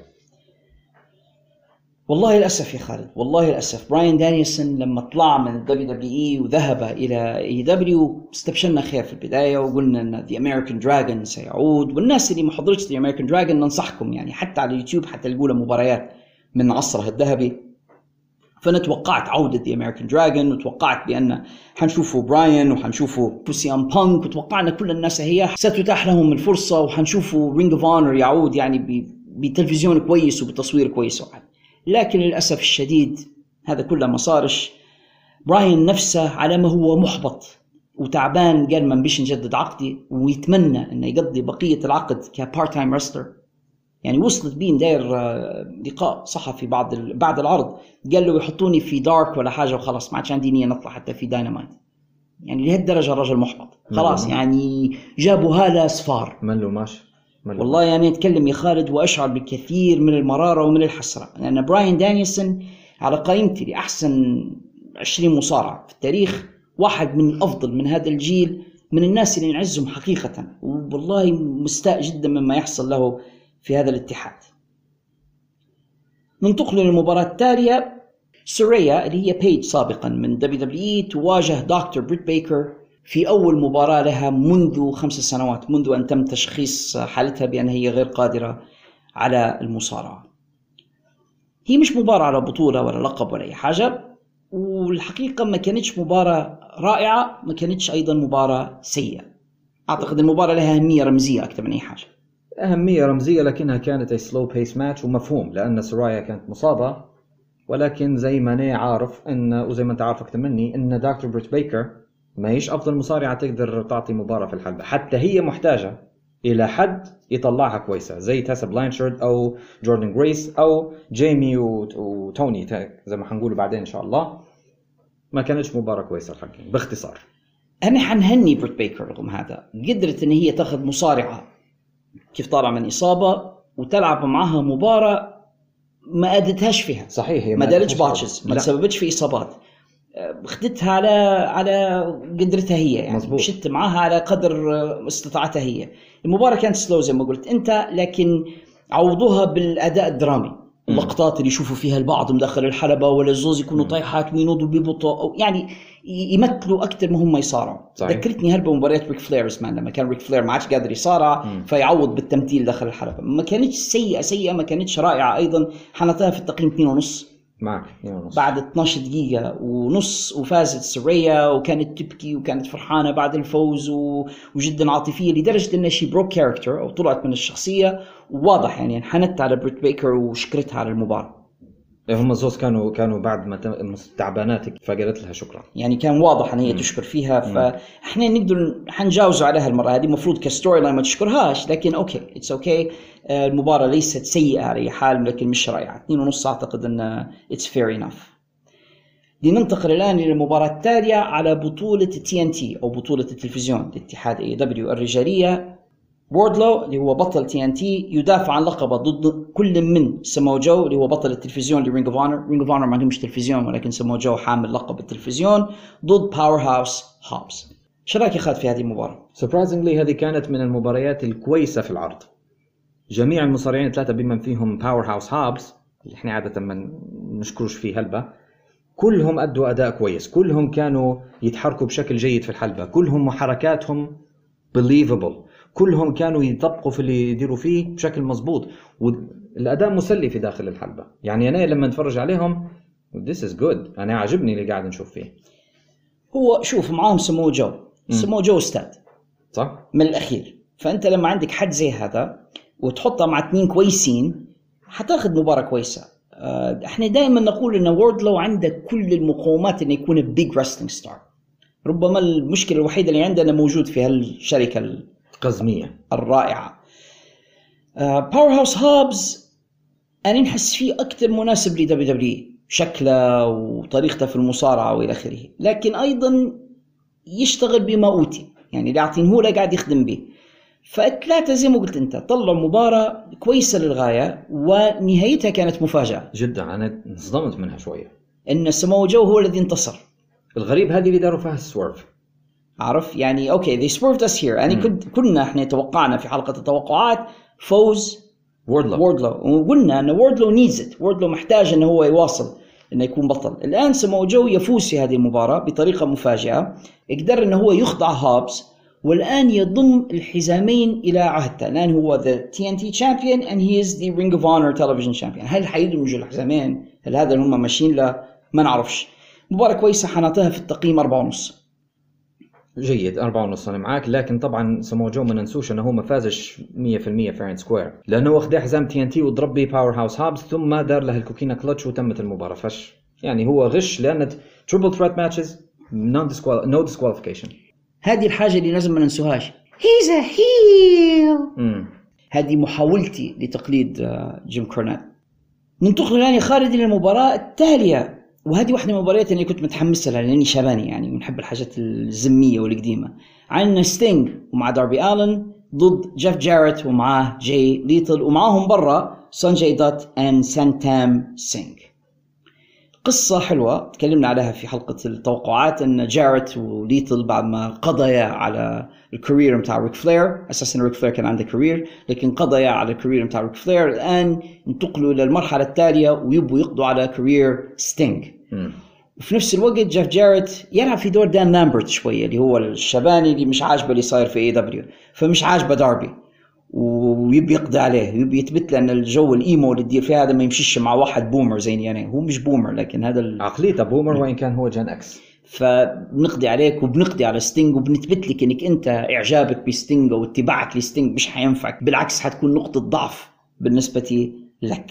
والله للأسف يا خالد، والله للأسف براين دانيلسون لما طلع من WWE وذهب إلى AEW استبشرنا خير في البداية، وقلنا أن The American Dragon سيعود. والناس اللي ما حضرتش The American Dragon ننصحكم، يعني حتى على اليوتيوب حتى تلقوا له مباريات من عصره الذهبي. فأنا توقعت عودة The American Dragon، وتوقعت بأن حنشوفوا براين وحنشوفوا سيام بانك، وتوقعنا كل الناس هي ستتاح لهم الفرصة، وحنشوفوا Ring of Honor يعود يعني بتلفزيون كويس وبتصوير كويس. لكن للأسف الشديد هذا كله ما صارش. براين نفسه على ما هو محبط وتعبان قال ما بيش نجدد عقدي، ويتمنى أنه يقضي بقية العقد كبارت تايم رستلر. يعني وصلت بين داير لقاء صحفي بعد العرض قال له يحطوني في دارك ولا حاجة وخلاص، ما عادش عندي نية نطلع حتى في داينامايت. يعني لهالدرجة الرجل محبط خلاص، يعني جابوا هالة صفار ملو ماشي. والله يعني أتكلم يا خالد وأشعر بالكثير من المرارة ومن الحسرة، لأن براين دانيلسون على قائمتي لأحسن 20 مصارع في التاريخ، واحد من الأفضل من هذا الجيل، من الناس اللي نعزهم حقيقة، والله مستاء جدا مما يحصل له في هذا الاتحاد. ننتقل للمباراة التالية. سوريا اللي هي بيج سابقا من WWE تواجه دكتور بريت بيكر في أول مباراة لها منذ 5 سنوات، منذ أن تم تشخيص حالتها بأن هي غير قادرة على المصارعة. هي مش مباراة على بطولة ولا لقب ولا أي حاجة، والحقيقة ما كانتش مباراة رائعة، ما كانتش أيضا مباراة سيئة. أعتقد المباراة لها أهمية رمزية أكثر من أي حاجة. أهمية رمزية، لكنها كانت سلو بيس ماتش، ومفهوم لأن سورايا كانت مصابة. ولكن زي ما أنا عارف إن، وزي ما أنت عارف أكثر مني، إن دكتور بريت بيكر ما هيش أفضل مصارعة تقدر تعطي مباراة في الحلبة. حتى هي محتاجة إلى حد يطلعها كويسة زي تاسا بلانشارد أو جوردن جريس أو جيمي وتوني زي ما حنقوله بعدين إن شاء الله. ما كانتش مباراة كويسة الحقيقة باختصار. أنا حنهني بريت بيكر رغم هذا، قدرت إن هي تأخذ مصارعة كيف طالع من إصابة وتلعب معها مباراة ما أدتهاش فيها. صحيح، هي ما دارتش باتشز، ما تسببتش في إصابات، خدتها على قدرتها هي، يعني مشت معها على قدر استطاعتها هي. المباراة كانت سلو زي ما قلت أنت، لكن عوضوها بالأداء الدرامي. اللقطات اللي يشوفوا فيها البعض مدخل الحلبة ولا الزوز يكونوا طايحات وينوضوا ببطء، أو يعني يمثلوا أكثر ما هم يصارعوا. ذكرتني هربة مباريات ريك فلير زمان، لما كان ريك فلير ما عادش قادر يصارع فيعوض بالتمثيل داخل الحلبة. ما كانتش سيئة، ما كانتش رائعة أيضا. حنطها في التقييم 2.5 معك. بعد 12 دقيقة ونص، وفازت سوريا وكانت تبكي وكانت فرحانة بعد الفوز وجدا عاطفية لدرجة أنها شي بروك كاركتر أو طلعت من الشخصية. وواضح يعني انحنت على بريت بيكر وشكرتها على المباراة. هم الزوز كانوا بعد ما تعبانات فقالت لها شكرا، يعني كان واضح ان هي تشكر فيها. فاحنا نقدر حنجاوز عليها المرة هذه. مفروض كستوري لاين ما تشكرهاش، لكن اوكي اتس اوكي. المباراة ليست سيئة على اي حال، لكن مش رائعة. 2.5 اعتقد ان اتس فير انف. لننتقل الان الى المباراة التالية على بطولة TNT او بطولة التلفزيون لاتحاد AEW الرجالية. ووردلو اللي هو بطل TNT يدافع عن لقبه ضد كل من سامو جو اللي هو بطل التلفزيون لرينج اوف اونر. رينج اوف اونر ما عندهمش تلفزيون ولكن سامو جو حامل لقب التلفزيون ضد باور هاوس هوبز. شو رايك يا خالد في هذه المباراه؟ سربرايزنجلي هذه كانت من المباريات الكويسه في العرض. جميع المصارعين الثلاثه بمن فيهم باور هاوس هوبز اللي احنا عاده ما نشكرش فيه هلبة، كلهم ادوا اداء كويس، كلهم كانوا يتحركوا بشكل جيد في الحلبه، كلهم حركاتهم believable، كلهم كانوا يطبقوا في اللي يديروا فيه بشكل مظبوط، والاداء مسلي في داخل الحلبه. يعني انا لما اتفرج عليهم this is good، انا عجبني اللي قاعد نشوف فيه. هو شوف معاهم سامو جو، سامو جو استاذ صح من الاخير، فانت لما عندك حد زي هذا وتحطه مع اثنين كويسين حتاخذ مباراه كويسه. احنا دائما نقول ان ووردلو عنده كل المقومات انه يكون بيج رستلينج ستار. ربما المشكله الوحيده اللي عندنا موجود في هالشركه القزميه الرائعه. باور هاوس هوبز انا نحس فيه اكثر مناسب لدبليو شكله وطريقته في المصارعه والى اخره، لكن ايضا يشتغل بما اوتي، يعني اللي عاطينه له قاعد يخدم به. فالثلاثه زي ما قلت انت طلعوا مباراه كويسه للغايه، ونهايتها كانت مفاجاه جدا. انا انصدمت منها شويه ان سامو جو هو الذي انتصر. الغريب هذه اللي داروا فيها السويرف، عارف يعني اوكي they swerved us here. يعني كنا احنا توقعنا في حلقه التوقعات فوز ووردلو وقلنا ان ووردلو needs it، ووردلو محتاج انه هو يواصل انه يكون بطل. الان سامو جو يفوز في هذه المباراه بطريقه مفاجئه، يقدر انه هو يخضع هوبز، والآن يضم الحزامين إلى عهدته. الآن هو the TNT champion and he is the Ring of Honor television champion. هل حيدمجوا الحزامين؟ هل هذا اللي هم ماشيين له؟ ما نعرفش. مباراة كويسة حنعطيها في التقييم 4.5. جيد 4.5 أنا معاك، لكن طبعا سامو جو ما ننسوش أنه هو ما فازش 100% فيرن سكوير، لأنه واخد حزام TNT وضرب به باور هاوس هابز ثم دار له الكوكينا كلتش وتمت المباراة. فش يعني هو غش، لأن triple threat matches no disqualification. هذه الحاجة اللي لازم ما ننسوهاش. He's a heel. هذه محاولتي لتقليد جيم كورنيت. ننتقل الآن يا خالد إلى المباراة التالية، وهذه واحدة من المباريات اللي كنت متحمس لها لأني شباني يعني ونحب الحاجات الزمية والقديمة. عندنا ستينج ومع داربي آلن ضد جيف جاريت ومعاه جاي ليتل، ومعاهم برا سانجاي دات and سانتام سينغ. قصة حلوة تكلمنا عليها في حلقة التوقعات، أن جاريت وليتل بعد ما قضيا على الكارير متاع ريك فلير، أساساً ريك فلير كان عنده كارير لكن قضيا على الكارير متاع ريك فلير، الآن انتقلوا إلى المرحلة التالية ويبوا يقضوا على كارير ستينج. وفي نفس الوقت جيف جاريت يلعب في دور دان لامبرت شوية، اللي هو الشباني اللي مش عاجبه اللي صاير في AEW، فمش عاجبه داربي ويبي يقضي عليه، ويبي يثبت له ان الجو الايمو اللي تدير فيه هذا ما يمشيش مع واحد بومر زيني. يعني هو مش بومر لكن هذا عقليته بومر وان كان هو جن اكس. فبنقضي عليك وبنقضي على ستينج وبنثبت لك انك انت اعجابك بستينج واتباعك لستينج مش حينفعك، بالعكس حتكون نقطة ضعف بالنسبة لك.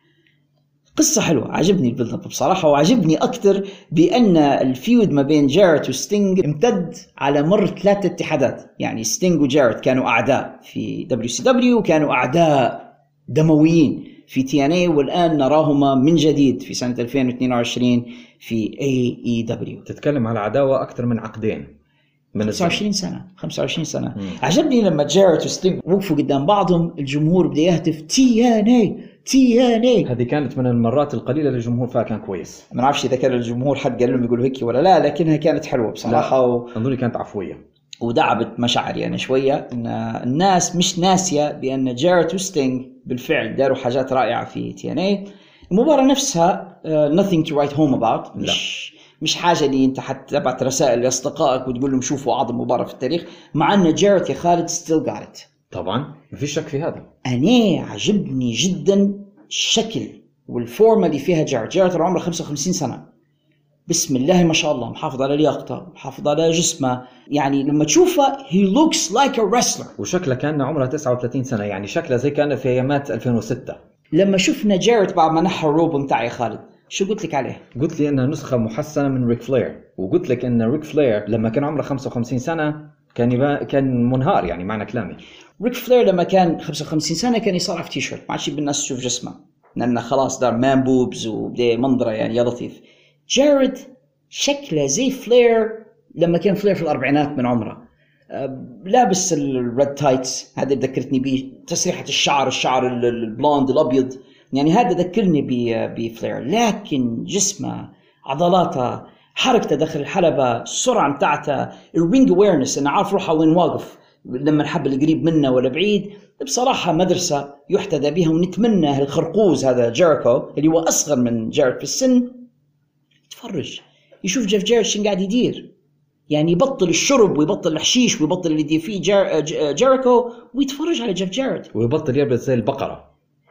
قصة حلوة، عجبني البيلد اب بصراحة، وعجبني أكتر بأن الفيود ما بين جاريت وستينج امتد على مر 3 اتحادات. يعني ستينج وجاريت كانوا أعداء في WCW وكانوا أعداء دمويين في TNA، والآن نراهما من جديد في سنة 2022 في AEW. تتكلم على عداوة أكتر من عقدين من 25 سنة. عجبني لما جاريت وستينج وقفوا قدام بعضهم الجمهور بدأ يهتف TNA. هذه كانت من المرات القليلة اللي الجمهور فيها كان كويس. ما نعرفش إذا كان الجمهور حد قال لهم يقولوا هيك ولا لا، لكنها كانت حلوة بصراحة. أظن كانت عفوية ودعبت مشاعري يعني شوية، إن الناس مش ناسية بأن جاريت وستينج بالفعل داروا حاجات رائعة في TNA. المباراة نفسها nothing to write home about. مش حاجة اللي انت حتبعت رسائل لأصدقائك وتقول لهم شوفوا أعظم مباراة في التاريخ، مع أن جاريت يا خالد still got it. طبعا مفيش شك في هذا. أنا عجبني جدا الشكل والفورمة اللي فيها جاريت عمره 55 سنة، بسم الله ما شاء الله، محافظ على لياقته، محافظ على جسمه. يعني لما تشوفه he looks like a wrestler. وشكله كان عمره 39 سنة، يعني شكله زي كان في أيامات 2006. لما شفنا جاريت بعد ما نحى الروب متاعي خالد، شو قلت لك عليه؟ قلت لي إنها نسخة محسنة من ريك فلير، وقلت لك إن ريك فلير لما كان عمره 55 سنة كان منهار، يعني معنى كلامي. ريك فلير لما كان 55 سنة كان يصارع في تيشيرت، ما عادش بالناس تشوف جسمه لأنه خلاص دار مان بوبز وبدأ منظره يعني يا لطيف. جاريت شكله زي فلير لما كان فلير في الأربعينات من عمره. لابس الريد تايتس، هذا ذكرتني بتسريحة الشعر البلوند الأبيض، يعني هذا ذكرني بفلير. لكن جسمه، عضلاته، حركته داخل الحلبة، السرعة بتاعته، الرينج اويرنس، انه عارف روحه وين واقف لما نحب القريب منه ولا بعيد. بصراحة مدرسة يحتذى بها، ونتمنى الخرقوز هذا جيريكو اللي هو أصغر من جاريت في السن يتفرج يشوف جيف جاريت شن قاعد يدير، يعني يبطل الشرب ويبطل الحشيش ويبطل اللي يدير فيه جيريكو ويتفرج على جيف جاريت، ويبطل يلبس زي البقرة.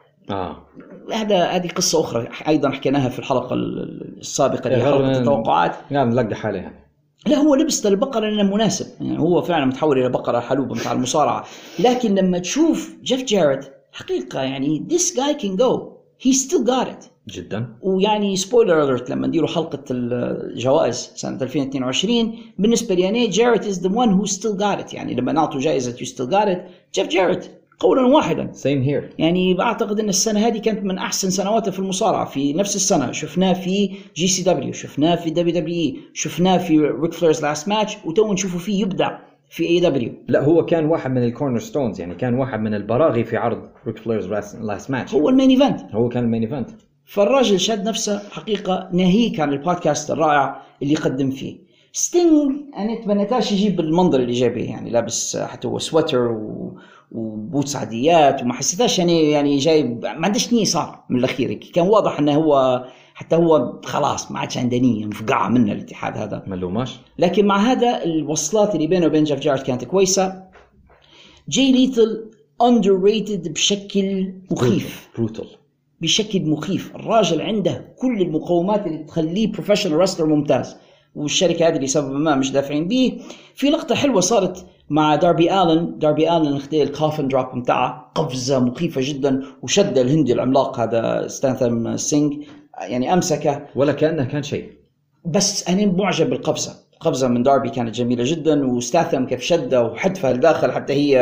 هذه قصة أخرى أيضا حكيناها في الحلقة السابقة اللي حلقة التوقعات. نلقح عليها. لا، هو لبس البقرة لأنه مناسب، يعني هو فعلا متحول إلى بقرة حلوبة متاع المصارعة. لكن لما تشوف جيف جاريت حقيقة يعني this guy can go, he still got it جدا. ويعني سبويلر أليرت لما نديروا حلقة الجوائز سنة 2022 بالنسبة لي أنا جاريت is the one who still got it، يعني لما نعطوا جائزة you still got it جيف جاريت قولا واحدا. same here. يعني بعتقد ان السنه هذه كانت من احسن سنواته في المصارعه. في نفس السنه شفناه في جي سي دبليو، شفناه في دبليو دبليو اي، شفناه في ريك فليرز لاست ماتش، وتو نشوفه فيه يبدع في اي دبليو. لا، هو كان واحد من الكورنر ستونز، يعني كان واحد من البراغي في عرض ريك فليرز لاست ماتش. هو المين ايفنت، هو كان المين ايفنت. فالراجل شاد نفسه حقيقه، ناهيك عن البودكاست الرائع اللي قدم فيه. ستينج انا تمنيتاش يجيب المنظر اللي جابه، يعني لابس حتى هو سويتر وبوتس عاديات، وما حسيتاش يعني جايب، ما عندش نية صار من الأخير. كان واضح أنه هو حتى هو خلاص ما عادش عنده نية، مفقعة منه الاتحاد هذا، ملوماش. لكن مع هذا الوصلات اللي بينه وبين جيف جاريت كانت كويسة. جاي ليثل underrated بشكل مخيف، بشكل مخيف. الراجل عنده كل المقومات اللي تخليه بروفيشنال رستلر ممتاز، والشركة هذه لسبب ما مش دافعين به. في لقطة حلوة صارت مع داربي آلن اخذ الكافن دروب متاعه، قفزة مخيفة جدا، وشد الهندي العملاق هذا ستانثم سينغ، يعني أمسكه ولا كأنه كان شيء. بس أنا معجب بالقفزة، القفزة من داربي كانت جميلة جدا، وستانثم كيف شده وحدفها لداخل حتى هي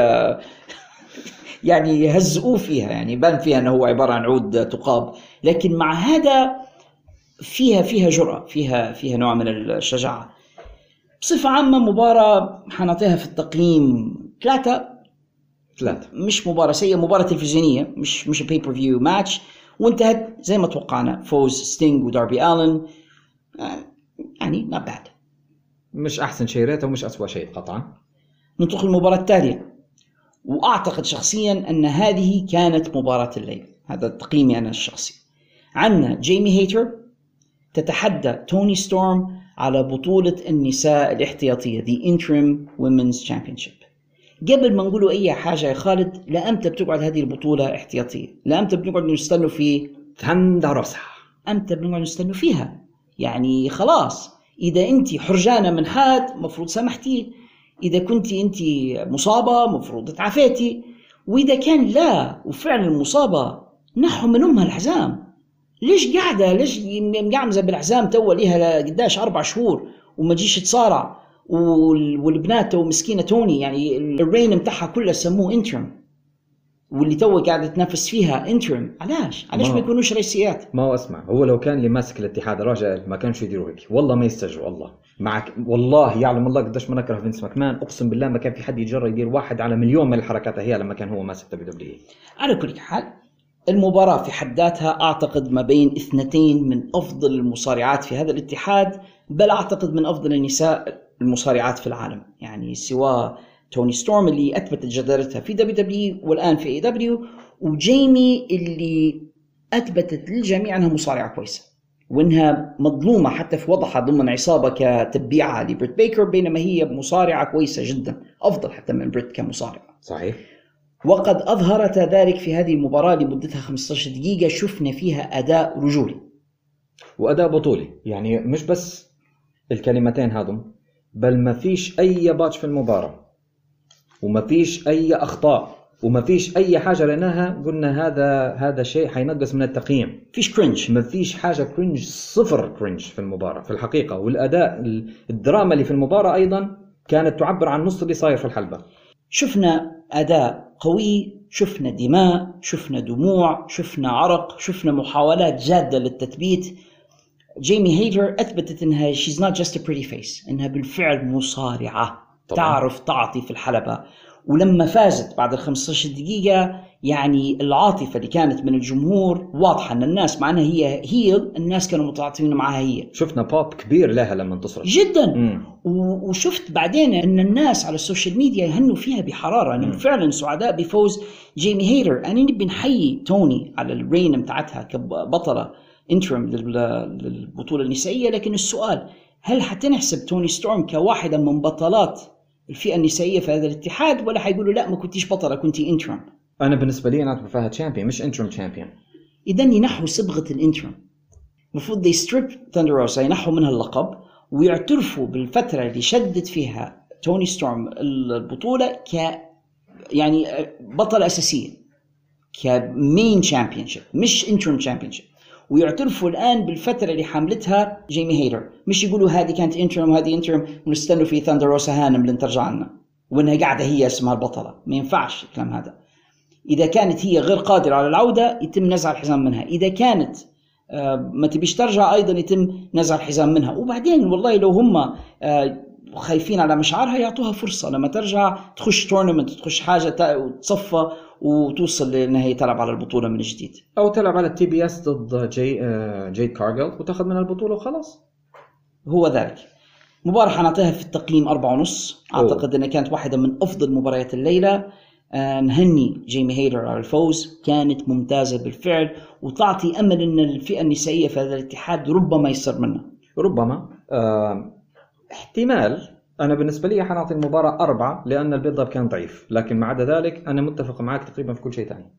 يعني هزقوه فيها، يعني بان فيها أنه هو عبارة عن عود تقاب. لكن مع هذا فيها جرأة، فيها نوع من الشجاعة. بصفة عامة مباراة حنعطيها في التقييم 3. مش مباراة سيئة، مباراة تلفزيونية، مش بيبر فيو ماتش، وانتهت زي ما توقعنا، فوز ستينغ وداربي آلن. يعني not bad، مش أحسن شيء ريته ومش أسوأ شيء قطعا. ننتقل المباراة التالية، وأعتقد شخصيا أن هذه كانت مباراة الليل، هذا تقييمي أنا الشخصي. عندنا جيمي هيتر تتحدى توني ستورم على بطولة النساء الاحتياطية The Interim Women's Championship. قبل ما نقولوا أي حاجة يا خالد، لا أمتى بتقعد هذه البطولة احتياطية، لا أمتى بنقعد نستنوا في ثاندر روسا، أمتى بنقعد نستنوا فيها. يعني خلاص، إذا أنت حرجانة من حاد مفروض سامحتي، إذا كنت أنت مصابة مفروض تعافيتي، وإذا كان لا وفعلا المصابة نحو من أمها الحزام. ليش قاعدة مقعمزة بالحزام توا ليها قداش 4 شهور وما جيش تصارع، والبنات ومسكينة توني يعني الرين متاعها كلها سموه انترم، واللي توا قاعدة تنافس فيها انترم. علاش ما يكونوش رئيسيات؟ ما هو اسمع، هو لو كان اللي ماسك الاتحاد راجل ما كانش يديروا هيك، والله ما يستجوا. الله معك، والله يعلم الله قداش ما نكره فينس ماكمان، اقسم بالله ما كان في حد يجرى يدير 1 على مليون من الحركات هي لما كان هو ماسك WWE. على كل حال المباراة في حد ذاتها أعتقد ما بين 2 من أفضل المصارعات في هذا الاتحاد، بل أعتقد من أفضل النساء المصارعات في العالم، يعني سواء توني ستورم اللي أثبتت جدارتها في WWE والآن في AEW، وجيمي اللي أثبتت للجميع أنها مصارعة كويسة وأنها مظلومة حتى في وضعها ضمن عصابة كتبيعة لبريت بيكر، بينما هي مصارعة كويسة جدا، أفضل حتى من بريت كمصارعة. صحيح. وقد أظهرت ذلك في هذه المباراة لمدتها 15 دقيقة، شفنا فيها أداء رجولي وأداء بطولي، يعني مش بس الكلمتين هذم، بل ما فيش أي باتش في المباراة، وما فيش أي أخطاء، وما فيش أي حاجة لأنها قلنا هذا شيء حينقص من التقييم. فيش كرنج، ما فيش حاجة كرنج، 0 كرنج في المباراة في الحقيقة. والأداء الدراما اللي في المباراة أيضا كانت تعبر عن نص اللي صاير في الحلبة. شفنا أداء قوي، شفنا دماء، شفنا دموع، شفنا عرق، شفنا محاولات جادة للتثبيت. جيمي هيتر أثبتت أنها she's not just a pretty face، أنها بالفعل مصارعة تعرف تعطي في الحلبة. ولما فازت بعد 15 دقيقة يعني العاطفة اللي كانت من الجمهور واضحة، أن الناس معناها هي هيل، الناس كانوا متعاطفين معها هي. شفنا بوب كبير لها لما انتصرت جدا. وشفت بعدين أن الناس على السوشيال ميديا يهنوا فيها بحرارة، أنهم فعلا سعداء بفوز جيمي هيدر. أنا نبي نحيي توني على الرين متاعتها كبطلة انترم للبطولة النسائية، لكن السؤال هل حتنحسب توني ستورم كواحدة من بطلات الفئة النسائية في هذا الاتحاد، ولا حيقولوا لا ما كنتيش بطلة كنتي انترم؟ أنا بالنسبة لي أنا أعتبر فيها تشامبيون مش انترم تشامبيون. إذن ينحوا صبغة الانترم، المفروض they strip Thunder Rosa، ينحوا منها اللقب ويعترفوا بالفترة اللي شدت فيها توني ستورم البطولة يعني بطلة أساسية كمين تشامبيونشيب مش انترم تشامبيونشيب، ويعترفوا الآن بالفترة اللي حملتها جيمي هيدر، مش يقولوا هذه كانت انترم وهذه انترم ونستنوا في ثاندر روسا هانم لين ترجع لنا وانها قاعدة هي اسمها البطلة. ما ينفعش الكلام هذا. إذا كانت هي غير قادرة على العودة يتم نزع الحزام منها، إذا كانت ما تبيش ترجع أيضا يتم نزع الحزام منها. وبعدين والله لو هم خايفين على مشاعرها يعطوها فرصة لما ترجع تخش تورنمنت، تخش حاجة وتصفى وتوصل لأنها هي تلعب على البطولة من جديد، أو تلعب على التي بي اس ضد جيد كارجل وتاخذ منها البطولة وخلاص. هو ذلك. مباراة حنعطيها في التقييم 4.5. أعتقد أنها كانت واحدة من أفضل مباريات الليلة. نهني جيمي هيدر على الفوز، كانت ممتازة بالفعل وتعطي أمل أن الفئة النسائية في هذا الاتحاد ربما يصير منها. ربما احتمال. أنا بالنسبة لي حنعطي المباراة 4 لأن البيض كان ضعيف، لكن مع ذلك أنا متفق معك تقريبا في كل شيء تاني.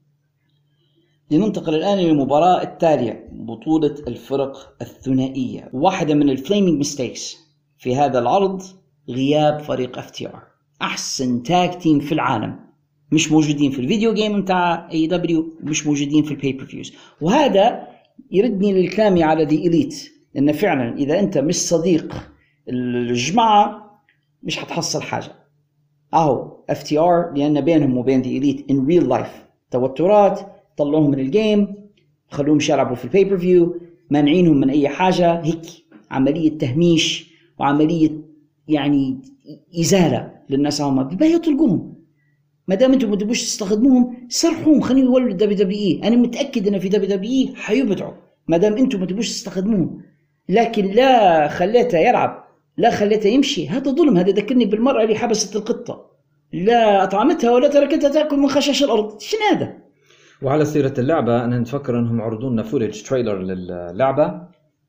لننتقل الآن للمباراة التالية، بطولة الفرق الثنائية. واحدة من الفليمينج ميستيكس في هذا العرض غياب فريق FTR، أحسن تاج تيم في العالم، مش موجودين في الفيديو جيم متاع AEW، مش موجودين في البيبر فيوز. وهذا يردني للكلام على دي إليت، لأن فعلا إذا أنت مش صديق الجماعة مش هتحصل حاجة. أهو FTR لأن بينهم وبين دي إليت in real life توترات، طلعوهم من الجيم، خلوهم يلعبوا في البيبر فيو، مانعينهم من أي حاجة، هيك عملية تهميش وعملية يعني إزالة للناس. هم بيبقى يطلقوهم، ما دام انتم ما تبوش تستخدموهم سرحوهم، خليهم يولوا WWE. انا متاكد ان في WWE حيبدعوا ما دام انتم ما تبوش تستخدموهم، لكن لا خليته يلعب لا خليته يمشي، هذا ظلم. هذا ذكرني بالمرأة اللي حبست القطة، لا أطعمتها ولا تركتها تأكل من خشاش الأرض. شنو هذا؟ وعلى سيرة اللعبة أنا نفكر أنهم عرضوا لنا فوليج تريلر للعبة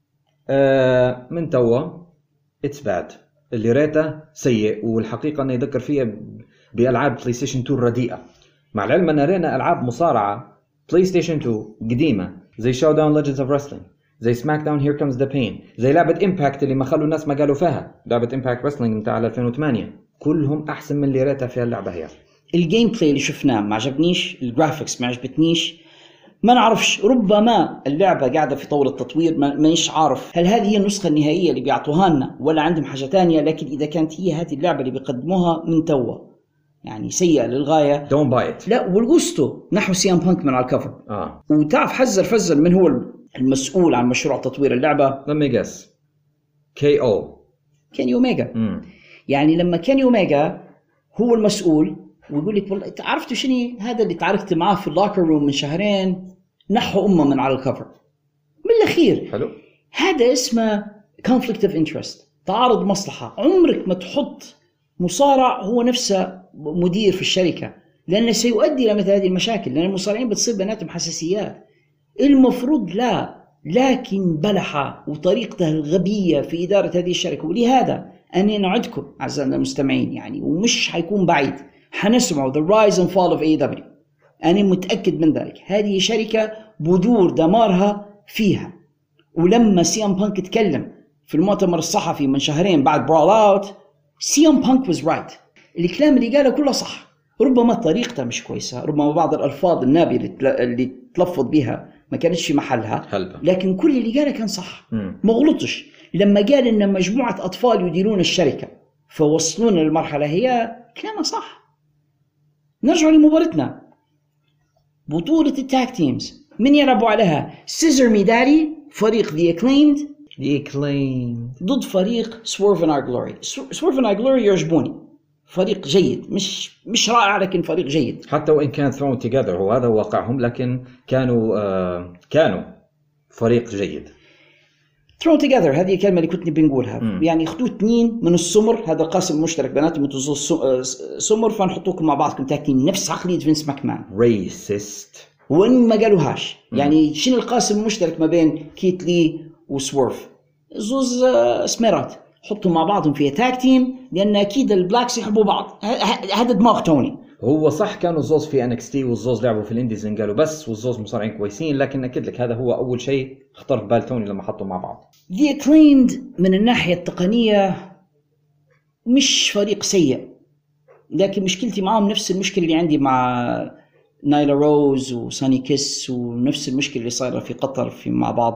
من توا It's bad، اللي ريته سيء، والحقيقة أنه يذكر فيها بألعاب بلاي ستيشن 2 رديئة، مع العلم أن رينا ألعاب مصارعة بلاي ستيشن 2 قديمة زي شو داون ليجندز اوف رسلينج، زي سماك داون هير كمز ذا بين، زي لعبة امباكت اللي ما خلوا الناس ما قالوا فيها، لعبة امباكت رسلينج متاع 2008، كلهم أحسن من اللي ريتها فيها اللعبة. هي الجيم بلاي اللي شفناه ما عجبنيش، الجرافيكس ما عجبتنيش، ما نعرفش، ربما اللعبة قاعدة في طور التطوير، مانيش عارف هل هذه هي النسخة النهائية اللي بيعطوها لنا ولا عندهم حاجة تانية. لكن إذا كانت هي هذه اللعبة اللي بيقدموها من توا يعني سيئة للغاية، don't buy it. لا، والقصته نحو سيام بانك من على الكفر. وتعرف فزر من هو المسؤول عن مشروع تطوير اللعبة؟ let me guess KO كيني أوميجا. يعني لما كيني أوميجا هو المسؤول ويقول لك والله عرفتوا شنو هذا اللي تعاركت معاه في اللوكر روم من شهرين، نحو أمه من على الكفر. من الأخير حلو، هذا اسمه conflict of interest، تعارض مصلحة. عمرك ما تحط مصارع هو نفسه مدير في الشركة، لأنه سيؤدي إلى مثل هذه المشاكل، لأن المصارعين بتصير بيناتهم حساسيات. المفروض لا، لكن بلحة وطريقته الغبية في إدارة هذه الشركة. ولهذا أنا نعدكم أعزائنا المستمعين يعني، ومش حيكون بعيد حنسمعوا the rise and fall of AEW. أنا متأكد من ذلك. هذه شركة بذور دمارها فيها. ولما سيام بانك تكلم في المؤتمر الصحفي من شهرين بعد براول اوت، سيام بانك was right. الكلام اللي قاله كله صح، ربما طريقته مش كويسة، ربما بعض الألفاظ النابية اللي تلفظ بها ما كانتش في محلها، لكن كل اللي قاله كان صح. ما غلطش لما قال إن مجموعة أطفال يديرون الشركة فوصلونا للمرحلة، هي كلامه صح. نرجع لمباراتنا، بطولة التاك تيمز. من يلعبوا عليها؟ سيزر ميدالي فريق The Acclaimed ضد فريق Swerve and Our Glory. Swerve and Our Glory يعجبوني، فريق جيد، مش رائع لكن فريق جيد. حتى وإن كان thrown together، هو هذا واقعهم، لكن كانوا فريق جيد. thrown together هذه الكلمة اللي كنت بنقولها. يعني خدوا 2 من السمر، هذا القاسم المشترك بيناتهم، انتوا سمر، فنحطوكم مع بعض تاكتين نفس عقلية فينس ماكمان. racist وإن ما قالوهاش. يعني شنو القاسم المشترك ما بين كيت لي وسويرف؟ زوز سميرات، حطوا مع بعضهم في تاك تيم، لأن أكيد البلاكس يحبوا بعض. هذا دماغ توني. هو صح كانوا الزوز في NXT والزوز لعبوا في الانديز قالوا بس، والزوز مصارعين كويسين، لكن أكيد لك هذا هو أول شيء خطر في بال توني لما حطوا مع بعض. The Acclaimed من الناحية التقنية مش فريق سيء، لكن مشكلتي معهم نفس المشكلة اللي عندي مع نايلا روز وساني كيس، ونفس المشكلة اللي صايرة في قطر في مع بعض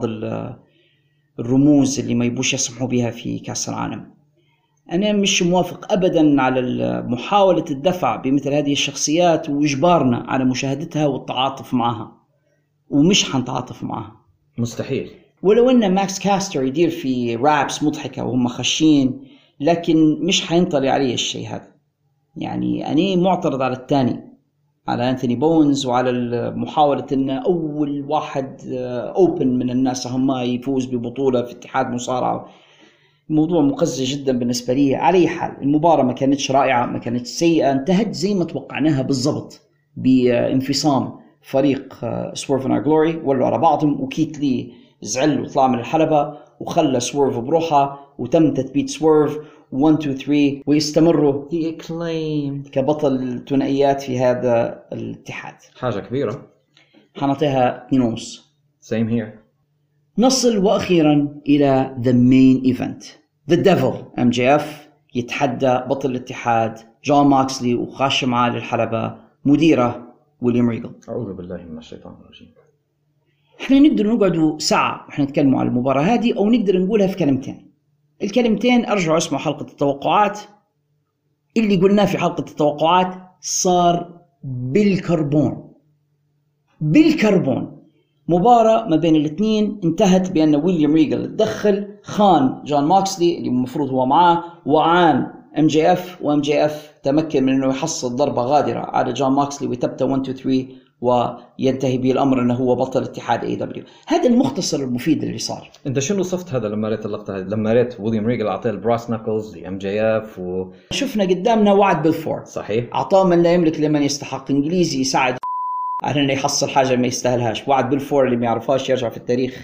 الرموز اللي ما يبوش يسمحوا بها في كأس العالم. أنا مش موافق أبدا على محاولة الدفع بمثل هذه الشخصيات وإجبارنا على مشاهدتها والتعاطف معها، ومش حنتعاطف معها مستحيل. ولو أن ماكس كاستر يدير في رابس مضحكة وهم خشين، لكن مش حينطلي عليه الشيء هذا. يعني أنا معترض على الثاني، على أنثوني بونز، وعلى محاولة أن أول واحد أوبن من الناس هم يفوز ببطولة في اتحاد مصارعة. موضوع مقزز جدا بالنسبة لي. على أي حال المباراة ما كانتش رائعة، ما كانتش سيئة، انتهت زي ما توقعناها بالضبط، بانفصام فريق سويرف and Our Glory، ولوا على بعضهم، وكيت لي زعل وطلع من الحلبة وخلى سويرف بروحها، وتم تثبيت سويرف 1 2 3، ويستمروا The Acclaimed كبطل الثنائيات في هذا الاتحاد. حاجة كبيرة. حنعطيها 2.5. Same here. نصل وأخيرا إلى the main event. The Devil MJF يتحدى بطل الاتحاد جون ماكسلي، وخاش معاه للحلبة مديره ويليام ريغل. أعوذ بالله من الشيطان الرجيم. احنا نقدر نقعدوا ساعة واحنا نتكلموا على المباراة هذه، أو نقدر نقولها في كلمتين. الكلمتين أرجعوا اسمعوا حلقة التوقعات. اللي قلناه في حلقة التوقعات صار بالكربون. مباراة ما بين الاثنين انتهت بأن ويليام ريغل تدخل، خان جون ماكسلي اللي المفروض هو معاه، وعان MJF، وMJF تمكن من أنه يحصل ضربة غادرة على جون ماكسلي ويتبت 1 2 3، وينتهي به الأمر أنه هو بطل اتحاد AEW. هذا المختصر المفيد اللي صار. أنت شنو صفت هذا لما رأيت اللقطة هذه؟ لما رأيت ويليام ريغل أعطيه البراس ناكلز لMJF شفنا قدامنا وعد بالفور. صحيح. أعطاه من لا يملك لمن يستحق. إنجليزي يساعد على أنه يحصل حاجة ما يستاهلهاش. وعد بالفور اللي ما يعرفهاش يرجع في التاريخ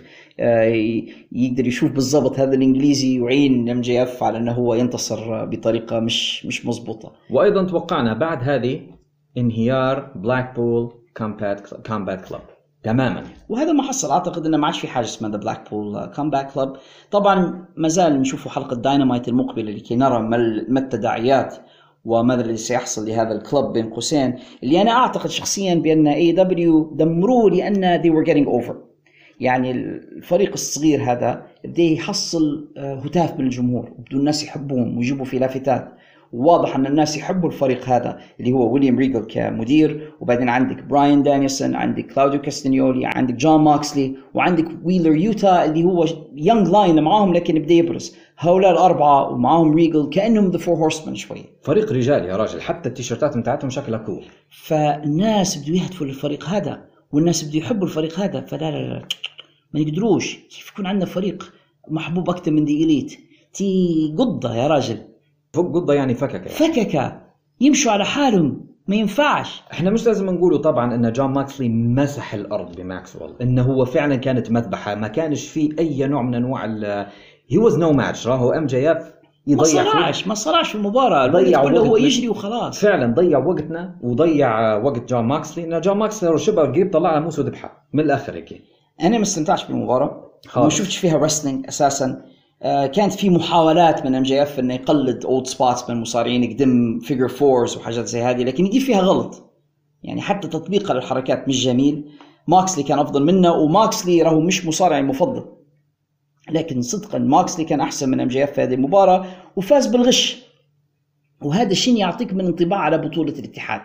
يقدر يشوف بالضبط هذا الإنجليزي يعين MJF على أنه هو ينتصر بطريقة مش مزبوطة. وأيضا توقعنا بعد هذه انهيار بلاكبول كومبات كلاب تماما، وهذا ما حصل. أعتقد أنه ما عادش في حاجة اسمها The Blackpool Combat Club. طبعا ما زال نشوفه حلقة داينامايت المقبلة لكي نرى ما التداعيات وماذا الذي سيحصل لهذا الكلب بين قوسين، اللي أنا أعتقد شخصيا بأن AEW دمروه لأن they were getting over. يعني الفريق الصغير هذا بدأ يحصل هتاف من الجمهور، وبدو الناس يحبوهم ويجيبوا في لافتات. وواضح أن الناس يحبوا الفريق هذا اللي هو ويليام ريغل كمدير، وبعدين عندك براين دانيسون، عندك كلاوديو كاستانيولي، عندك جون ماكسلي، وعندك ويلر يوتا اللي هو يونغ لاين معاهم لكن بدأ يبرز. هؤلاء الأربعة ومعاهم ريغل كأنهم The Four Horsemen شوي. فريق رجال يا راجل، حتى التيشيرتات متاعتهم شكلها كول. فالناس بدوا يهتفوا للفريق هذا، والناس بدوا يحبوا الفريق هذا. فلا لا لا ما يقدروش. كيف يكون عندنا فريق محبوب أكثر من دي إليت؟ تي قضة يا راجل. فوق قضة يعني فككة يمشوا على حالهم، ما ينفعش. احنا مش لازم نقوله طبعا ان جون ماكسلي مسح الارض بماكسويل، انه هو فعلا كانت مذبحة، ما كانش فيه اي نوع من انواع he was no match. راهو MJF يضيع ما صراش في المباراة، كله هو يجري وخلاص. فعلا ضيع وقتنا وضيع وقت جون ماكسلي، ان جون ماكسلي شبه قريب طلع موس وذبحه من الاخر هيك. انا ما استمتعتش بالمباراة، ما شفتش فيها رسلينج اساسا. كانت في محاولات من MJF انه يقلد اولد سبوتس من المصارعين، يقدم فيجر فورز وحاجات زي هذه، لكن يدير فيها غلط. يعني حتى تطبيقها للحركات مش جميل. ماكسلي كان افضل منه، وماكسلي راهو مش مصارعي مفضل، لكن صدقا ماكسلي كان احسن من MJF في هذه المباراة وفاز بالغش. وهذا الشيء يعطيك من انطباع على بطولة الاتحاد.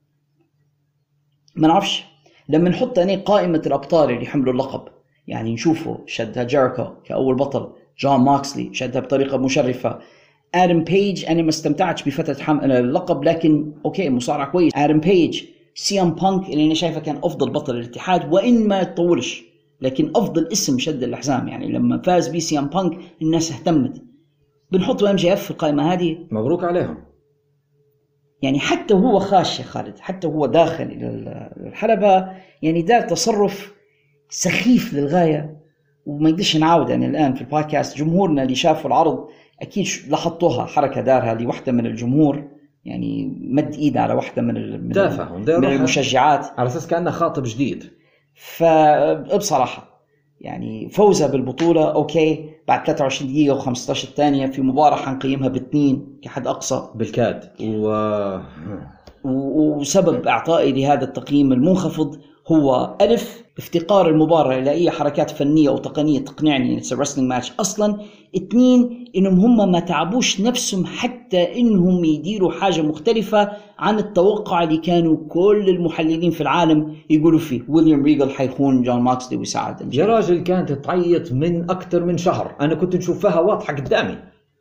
ما نعرفش لما نحط أنا قائمة الأبطال اللي حملوا اللقب، يعني نشوفه شدها جيريكو كأول بطل، جون ماكسلي شدها بطريقة مشرفة، آدم بيج أنا ما استمتعتش بفترة حمل اللقب، لكن أوكي مصارع كويس. آدم بيج، سي ام بانك اللي أنا شايفه كان أفضل بطل الاتحاد وإن ما يتطورش، لكن أفضل اسم شد الأحزام. يعني لما فاز بي سي ام بانك الناس اهتمت. بنحط ام جي اف في القائمة هذه، مبروك عليهم. يعني حتى هو خاش يا خالد، حتى هو داخل إلى الحلبة يعني دار تصرف سخيف للغاية، وما يقدرش نعاود. يعني الآن في البودكاست جمهورنا اللي شافوا العرض أكيد لاحظتوها، حركة دارها لوحدة من الجمهور، يعني مد إيده على واحدة من المشجعات على أساس كأنه خاطب جديد. فبصراحة يعني فوزه بالبطولة أوكي بعد 23 دقيقة و15 ثانية في مباراة حنقيمها ب2 كحد أقصى بالكاد، وسبب إعطائي لهذا التقييم المنخفض هو ألف افتقار المباراة إلى أي حركات فنية أو تقنية تقنعني إنه wrestling match أصلا. 2 إنهم هم ما تعبوش نفسهم حتى إنهم يديروا حاجة مختلفة عن التوقع اللي كانوا كل المحللين في العالم يقولوا فيه ويليام ريغل حيخون جون ماكسلي ويساعد. يا راجل كانت تعيط من أكتر من شهر، أنا كنت نشوفها واضحة قدامي.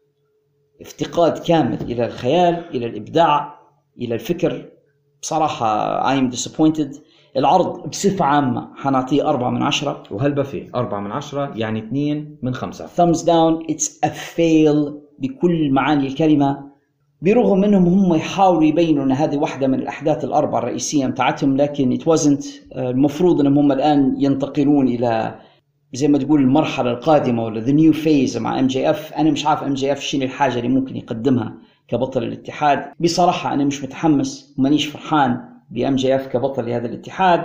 افتقاد كامل إلى الخيال، إلى الإبداع، إلى الفكر. بصراحة I am disappointed. العرض بصفة عامة حنعطيه 4/10. وهل بفي 4/10 يعني 2/5 thumbs down. it's a fail بكل معاني الكلمة. برغم منهم هم يحاولوا يبينوا أن هذه واحدة من الأحداث الأربعة الرئيسية متاعتهم، لكن it wasn't. المفروض أنهم هم الآن ينتقلون إلى زي ما تقول المرحلة القادمة ولا the new phase مع MJF. أنا مش عارف MJF شنو الحاجة اللي ممكن يقدمها كبطل الاتحاد. بصراحة أنا مش متحمس ومانيش فرحان بMJF كبطل لهذا الاتحاد،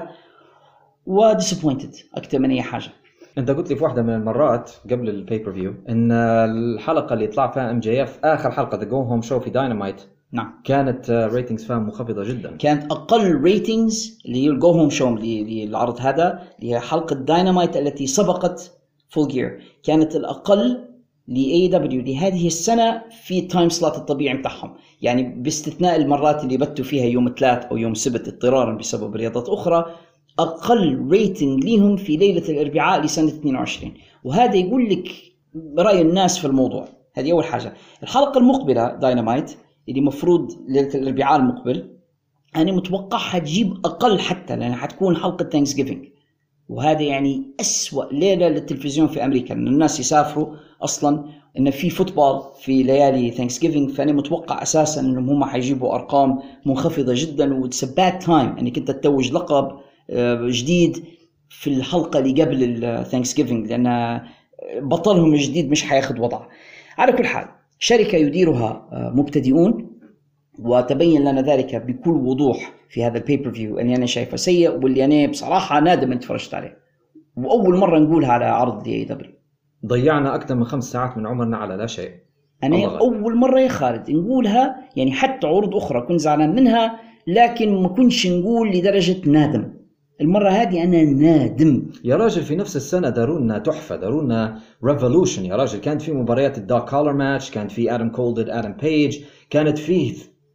وديسابوينتد أكثر من أي حاجة. أنت قلت لي في واحدة من المرات قبل البيبر فيو إن الحلقة اللي طلع فيها MJF آخر حلقة The Go Home Show في داينامايت، نعم، كانت ريتينجز فيها منخفضة جدا. كانت أقل ريتينجز اللي هي الجو هوم شو للعرض هذا، اللي هي حلقة داينامايت التي سبقت فول جير، كانت الأقل لAEW لهذه السنة في التايم سلوت الطبيعي متاعهم. يعني باستثناء المرات اللي بتوا فيها يوم الثلاث أو يوم السبت اضطرارا بسبب رياضات أخرى، أقل ريتنج لهم في ليلة الأربعاء لسنة 22. وهذا يقول لك رأي الناس في الموضوع. هذه أول حاجة. الحلقة المقبلة داينامايت اللي مفروض ليلة الأربعاء المقبل، أنا متوقعها تجيب أقل حتى، لأنها حتكون حلقة Thanksgiving، وهذا يعني أسوأ ليلة للتلفزيون في أمريكا، إن الناس يسافروا أصلاً، إن في فوتبول في ليالي Thanksgiving. فأنا متوقع أساساً إنهم هم حيجيبوا أرقام منخفضة جداً، وتس bad time إنك أنت تتوج لقب جديد في الحلقة اللي قبل Thanksgiving، لأن بطلهم الجديد مش حياخد وضعه. على كل حال شركة يديرها مبتدئون، وتبين لنا ذلك بكل وضوح في هذا البيبر فيو اللي أنا شايفه سيء، واللي أنا بصراحة نادم أن تفرجت عليه، وأول مرة نقولها على عرض AEW. ضيعنا أكثر من 5 ساعات من عمرنا على لا شيء. أنا أول مرة يا خالد نقولها، يعني حتى عروض أخرى كنت زعلان منها لكن ما كنتش نقول لدرجة نادم. المرة هذه أنا نادم. يا راجل في نفس السنة دارونا تحفة، دارونا ريفولوشن يا راجل. كانت في مباريات الدارك كولر ماتش، كانت في آدم كول ضد آدم بيج، كانت فيه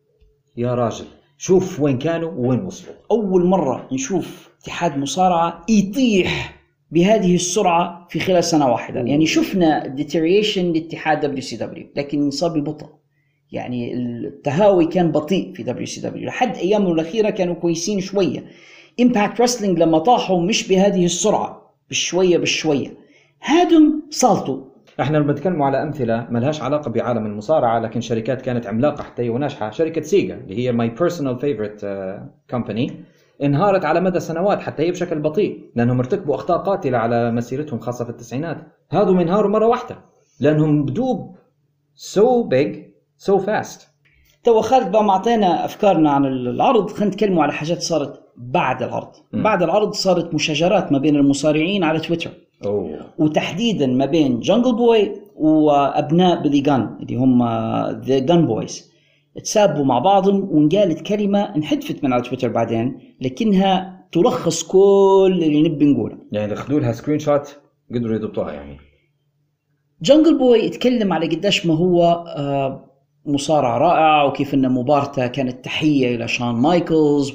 يا راجل شوف وين كانوا وين وصلوا. أول مرة نشوف اتحاد مصارعة يطيح بهذه السرعة في خلال سنة واحدة. يعني شفنا deterioration لاتحاد WCW لكن صار ببطء. يعني التهاوي كان بطيء في WCW لحد أيامهم الأخيرة، كانوا كويسين شوية. Impact Wrestling لما طاحوا مش بهذه السرعة، بشوية هادم صالتوا. احنا لما نتكلم على أمثلة ملهاش علاقة بعالم المصارعة، لكن شركات كانت عملاقة حتى وناجحة. شركة سيجا اللي هي my personal favorite company انهارت على مدى سنوات حتى هي بشكل بطيء، لأنهم ارتكبوا أخطاء قاتلة على مسيرتهم خاصة في التسعينات. هذو انهاروا مرة واحدة لأنهم بدوب so big so fast. تو خالد بقى معطينا أفكارنا عن العرض. خلينا نتكلموا على حاجات صارت بعد العرض. بعد العرض صارت مشاجرات ما بين المصارعين على تويتر. وتحديدا ما بين جانجل بوي وأبناء بيلي جان اللي هم The Gun Boys. تسابوا مع بعضهم وانقالت كلمة انحذفت من على تويتر بعدين، لكنها تلخص كل اللي نبي نقوله. يعني اخذوا لها سكرين شوت قدروا يضبطوها. يعني جانجل بوي يتكلم على قداش ما هو مصارع رائع، وكيف ان مبارته كانت تحية الى شان مايكلز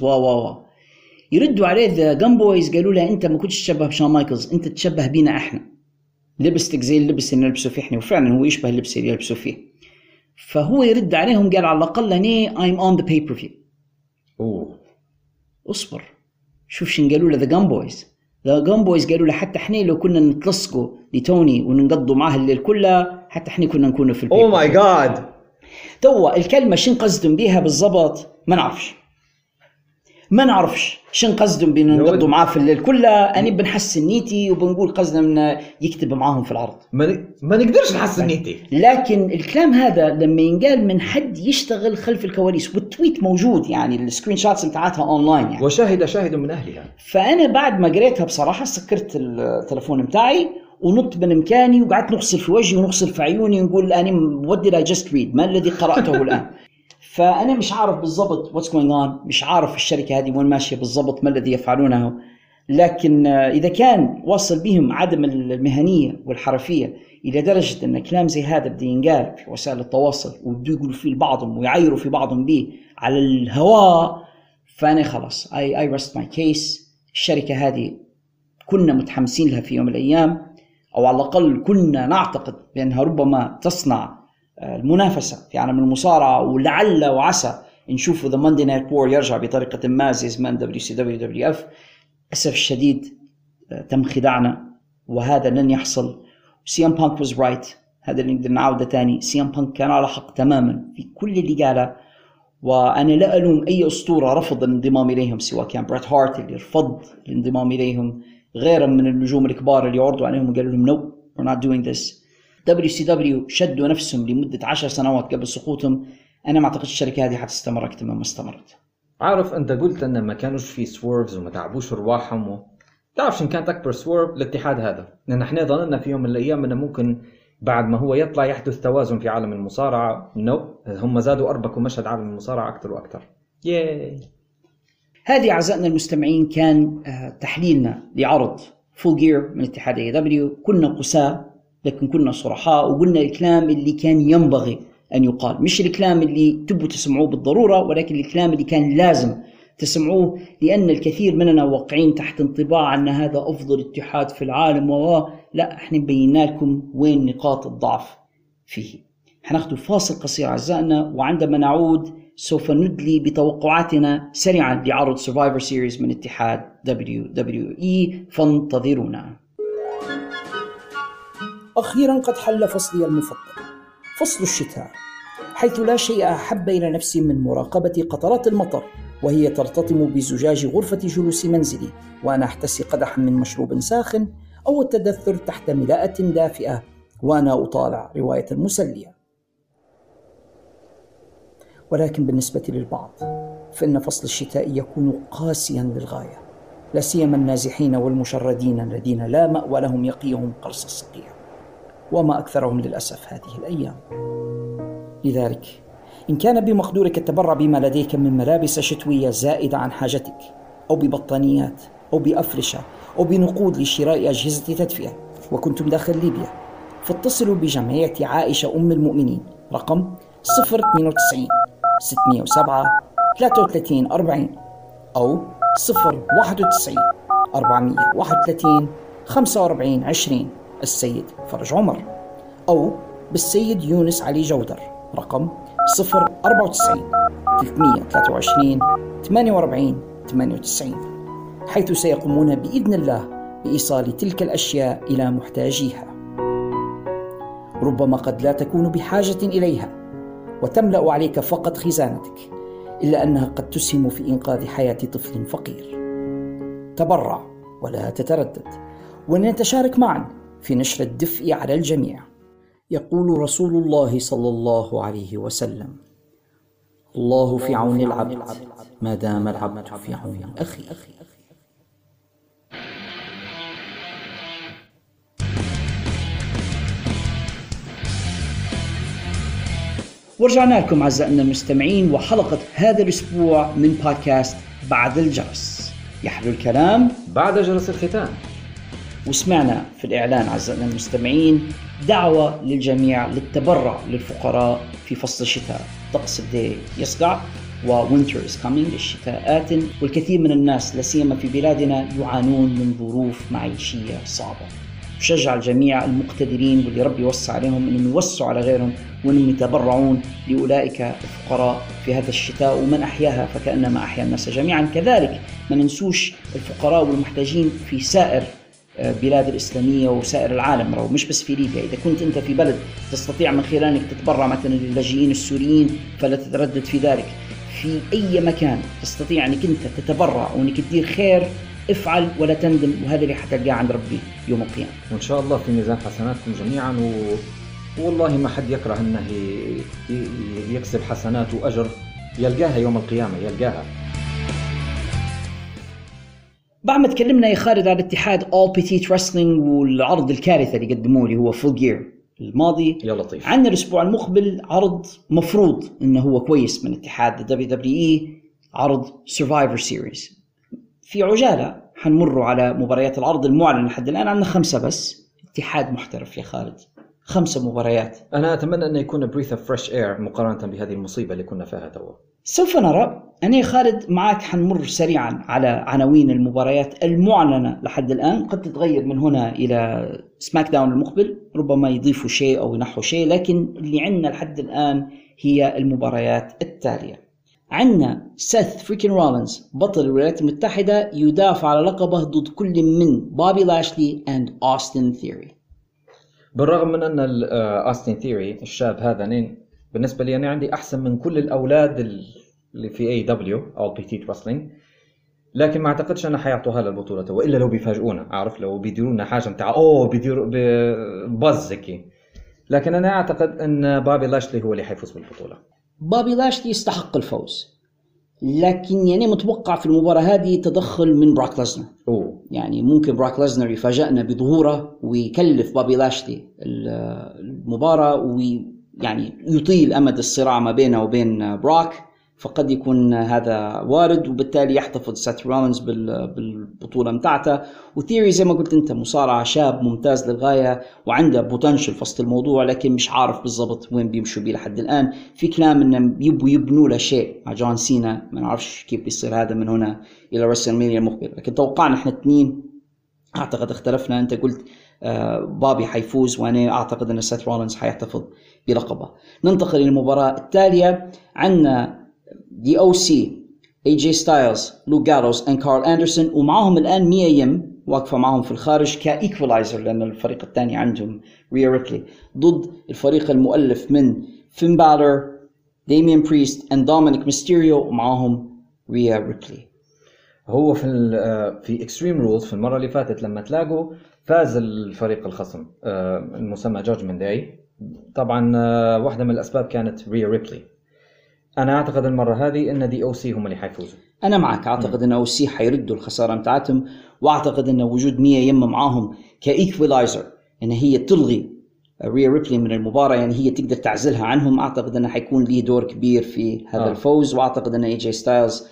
يردوا عليه ذا جان بويز قالوا له انت ما كنتش تشبه بشان مايكلز، انت تشبه بينا احنا، لبستك زي اللبس اللي نلبسه فيه احنا. وفعلا هو يشبه اللبس اللي يلبسه فيه. فهو يرد عليهم قال على الأقل هني I'm on the pay per view. أصبر شوف شن قالوا له The Gun Boys قالوا له حتى احنا لو كنا نتلصقوا لتوني وننقضوا معها الليل كلها حتى احنا كنا نكون في البيت. Oh my God. توا الكلمة شن قصدهم بيها بالضبط ما نعرفش شن قصدهم بأن نقضوا معاه في الليل كلها. أنا بنحسن نيتي وبنقول قصدنا من يكتب معاهم في العرض. ما نقدرش نحسن نيتي. لكن الكلام هذا لما ينقال من حد يشتغل خلف الكواليس والتويت موجود يعني السكرين شوتس متاعتها أونلاين يعني. وشاهد من أهلها. فأنا بعد ما قريتها بصراحة سكرت التلفون متاعي ونط من مكاني وقعدت نغسل في وجهي ونغسل في عيوني ونقول أنا what did I just read ما الذي قرأته الآن. فأنا مش عارف بالضبط what's going on. مش عارف الشركة هذه وين ماشية بالضبط ما الذي يفعلونه. لكن إذا كان واصل بهم عدم المهنية والحرفية إلى درجة أن كلام زي هذا بدي ينقال في وسائل التواصل وبدو يقولوا فيه لبعضهم ويعيروا في بعضهم به على الهواء فأنا خلاص I rest my case. الشركة هذه كنا متحمسين لها في يوم من الأيام أو على الأقل كنا نعتقد بأنها ربما تصنع المنافسة في عالم المصارعة ولعل وعسى نشوف The Monday Night War يرجع بطريقة ما زي زمان WCW WWF. أسف الشديد تم خداعنا وهذا لن يحصل. CM Punk was right. هذا اللي نقدر نعوده تاني. CM Punk كان على حق تماما في كل اللي قاله وأنا لا ألوم أي أسطورة رفض الانضمام إليهم سواء كان بريت هارت اللي رفض الانضمام إليهم غيرا من النجوم الكبار اللي عرضوا عليهم وقالوا لهم no we're not doing this. WCW شدوا نفسهم لمدة 10 سنوات قبل سقوطهم. أنا ما أعتقد الشركة هذه حتستمر أكثر ما استمرت. عارف أنت قلت أن ما كانوش في سويرفز وما تعبوش رواحهم تعرف شن كانت أكبر سويرف الاتحاد هذا. لأن احنا ظننا في يوم من الأيام أنه ممكن بعد ما هو يطلع يحدث توازن في عالم المصارعة. هم زادوا أربكوا مشهد عالم المصارعة أكثر وأكثر. هذه أعزائنا المستمعين كان تحليلنا لعرض فول جير من اتحاد AEW. كنا قساة لكن كنا صرحاء وقلنا الكلام اللي كان ينبغي أن يقال مش الكلام اللي تبوا تسمعوه بالضرورة ولكن الكلام اللي كان لازم تسمعوه لأن الكثير مننا واقعين تحت انطباع أن هذا أفضل اتحاد في العالم لا احنا بينا لكم وين نقاط الضعف فيه. حناخذ فاصل قصير أعزائنا وعندما نعود سوف ندلي بتوقعاتنا سريعا لعرض Survivor Series من اتحاد WWE فانتظرونا. أخيرا قد حل فصلي المفضل فصل الشتاء حيث لا شيء أحب إلى نفسي من مراقبة قطرات المطر وهي ترتطم بزجاج غرفة جلوس منزلي وأنا أحتسي قدحا من مشروب ساخن أو التدثر تحت ملاءة دافئة وأنا أطالع رواية مسلية. ولكن بالنسبة للبعض فإن فصل الشتاء يكون قاسيا للغاية لا سيما النازحين والمشردين الذين لا مأوى لهم يقيهم قرص الصقيع وما أكثرهم للأسف هذه الأيام. لذلك إن كان بمقدورك التبرع بما لديك من ملابس شتوية زائدة عن حاجتك أو ببطانيات أو بأفرشة أو بنقود لشراء أجهزة تدفئة وكنتم داخل ليبيا فاتصلوا بجمعية عائشة أم المؤمنين رقم 092 607 33 40 أو 091 431 45 20 السيد فرج عمر أو بالسيد يونس علي جودر رقم 094 323 48 98 حيث سيقومون بإذن الله بإيصال تلك الأشياء إلى محتاجيها. ربما قد لا تكون بحاجة إليها وتملأ عليك فقط خزانتك إلا أنها قد تسهم في إنقاذ حياة طفل فقير. تبرع ولا تتردد ونتشارك معا في نشر الدفء على الجميع. يقول رسول الله صلى الله عليه وسلم: الله في عون العبد ما دام العبد في عون أخي. ورجعنا لكم أعزائنا المستمعين وحلقة هذا الأسبوع من بودكاست بعد الجرس. يحلو الكلام بعد جرس الختام. وسمعنا في الإعلان أعزائنا المستمعين دعوة للجميع للتبرع للفقراء في فصل الشتاء. طقس بدي يصقع ووينتر is coming، الشتاء آت، والكثير من الناس لا سيما في بلادنا يعانون من ظروف معيشية صعبة. بشجع الجميع المقتدرين واللي ربي يوسع عليهم انهم يوسعوا على غيرهم وانهم يتبرعون لاولئك الفقراء في هذا الشتاء، ومن احياها فكانما احيا الناس جميعا. كذلك ما ننسوش الفقراء والمحتاجين في سائر بلاد الإسلامية وسائر العالم، مش بس في ليبيا. إذا كنت أنت في بلد تستطيع من خلال أنك تتبرع مثلا للاجئين السوريين فلا تتردد في ذلك. في أي مكان تستطيع أنك أنت تتبرع وأنك تدير خير افعل ولا تندم، وهذا اللي حتلقاه عند ربي يوم القيامة. وإن شاء الله في ميزان حسناتكم جميعا، والله ما حد يكره أنه يكسب حسنات وأجر يلقاها يوم القيامة، يلقاها. بعد ما تكلمنا يا خالد على اتحاد All Petite Wrestling والعرض الكارثة اللي قدموه اللي هو Full Gear الماضي، يا لطيف، عندنا الأسبوع المقبل عرض مفروض إنه هو كويس من اتحاد WWE، عرض Survivor Series. في عجالة حنمروا على مباريات العرض المعلن لحد الآن، عندنا 5 بس. اتحاد محترف يا خالد، 5 مباريات. أنا أتمنى أن يكون breath of fresh air مقارنة بهذه المصيبة اللي كنا فيها توا. سوف نرى. أنا يا خالد معك حنمر سريعا على عناوين المباريات المعلنة لحد الآن، قد تتغير من هنا إلى سماك داون المقبل، ربما يضيفوا شيء أو ينحوا شيء، لكن اللي عندنا لحد الآن هي المباريات التالية. عندنا سيث فريكين رولينز بطل الولايات المتحدة يدافع على لقبه ضد كل من بوبي لاشلي and أوستن ثيوري. بالرغم من أن أوستن ثيوري الشاب هذا بالنسبة لي أنا عندي أحسن من كل الأولاد اللي في AEW أو Petite Wrestling، لكن ما أعتقدش أنه حيعطوها للبطولة، وإلا لو بيفاجئونا، أعرف لو بيديرونا حاجة متاع بيديروا ببزكي، لكن أنا أعتقد أن بوبي لاشلي هو اللي حيفوز بالبطولة. بوبي لاشلي يستحق الفوز، لكن يعني متوقع في المباراة هذه تدخل من براك ليزنر. يعني ممكن براك ليزنر يفاجئنا بظهوره ويكلف بوبي لاشلي المباراة ويعني يطيل أمد الصراع ما بينه وبين براك، فقد يكون هذا وارد، وبالتالي يحتفظ سيث رولينز بالبطولة متاعته. وثيوري زي ما قلت أنت مصارع شاب ممتاز للغاية وعنده بوتنشل في وسط الموضوع، لكن مش عارف بالضبط وين بيمشوا بيه لحد الآن. في كلام إنه يبنوا له شيء مع جون سينا، ما نعرفش كيف بيصير هذا من هنا إلى رسلمانيا المقبل، لكن توقعنا إحنا 2 أعتقد اختلفنا. أنت قلت بابي حيفوز، وأنا أعتقد أن سيث رولينز حيحتفظ بلقبه. ننتقل للمباراة التالية. عندنا دي او سي AJ ستايلز، لوك جالوز and كارل أندرسون، ومعهم الآن ميا يم واقفة معهم في الخارج كإيكولايزر، لأن الفريق الثاني عندهم ريا ريبلي، ضد الفريق المؤلف من فين بالور، ديميان بريست and دومينيك ميستيريو، ومعهم ريا ريبلي. هو في اكستريم رولز في المرة اللي فاتت لما تلاقوا فاز الفريق الخصم المسمى جادجمنت داي، طبعا واحدة من الأسباب كانت ريا ريبلي. أنا أعتقد المرة هذه إن دي أو سي هم اللي حيفوزوا. أنا معك، أعتقد إن أو سي حيردوا الخسارة متاعتهم، وأعتقد إن وجود ميا يم معاهم كإيكولايزر إن هي تلغي ريا ريبلي من المباراة، يعني هي تقدر تعزلها عنهم. أعتقد إنه حيكون ليه دور كبير في هذا الفوز، وأعتقد إن AJ ستايلز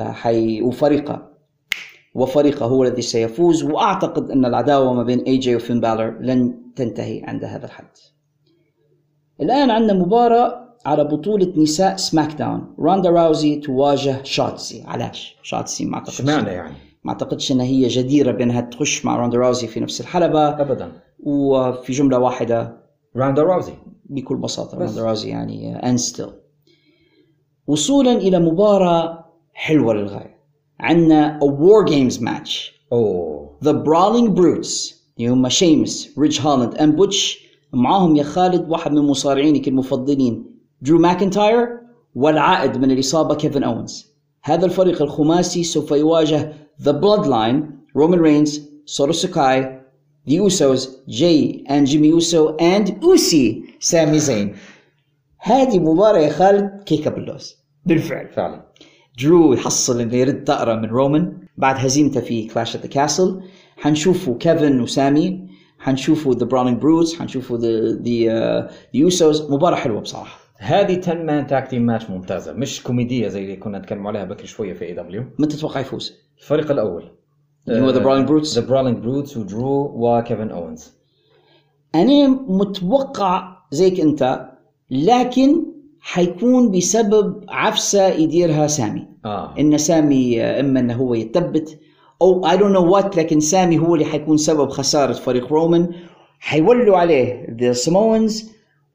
وفريقه هو الذي سيفوز، وأعتقد أن العداوة ما بين AJ وفين بالور لن تنتهي عند هذا الحد. الآن عندنا مباراة على بطولة نساء سماك داون، روندا راوزي تواجه شوتسي. علاش شوتسي؟ ما أعتقدش، اشمعنى يعني؟ ما أعتقدش أن هي جديرة بأنها تخش مع روندا راوزي في نفس الحلبة أبدا، وفي جملة واحدة روندا راوزي بكل بساطة. روندا راوزي يعني أنستيل. وصولا إلى مباراة حلوة للغاية، عندنا a war games match. The Brawling Brutes هم شيمس، ريدج هولاند and بوتش، معاهم يا خالد واحد من مصارعينك المفضلين درو ماكنتاير، والعائد من الإصابة كيفن أوينز. هذا الفريق الخماسي سوف يواجه The Bloodline، رومان رينز، سورو سوكاي، The Usos، جاي and جيمي أوسو and أوسي سامي زين. هذه مباراة يا خالد كيكة باللوز بالفعل. فعلا درو يحصل انه يرد طائرة من رومان بعد هزيمته في كلاش ات ذا كاسل. حنشوفوا كيفن وسامي، حنشوفوا The Brawling Brutes، حنشوفوا the Usos. مباراة حلوة بصراحة. هذه 10 مان تاك تيم ماتش ممتازة، مش كوميدية زي اللي كنا نتكلم عليها بكري شوية في AEW. من تتوقع يفوز؟ الفريق الأول اللي هو The Brawling Brutes. The Brawling Brutes ودرو وكيفن أوينز. أنا متوقع زيك أنت، لكن حيكون بسبب عفسة يديرها سامي. إن سامي إما أنه هو يتثبت او I don't know what، لكن سامي هو اللي حيكون سبب خسارة فريق رومان. حيولوا عليه ذا سيمونز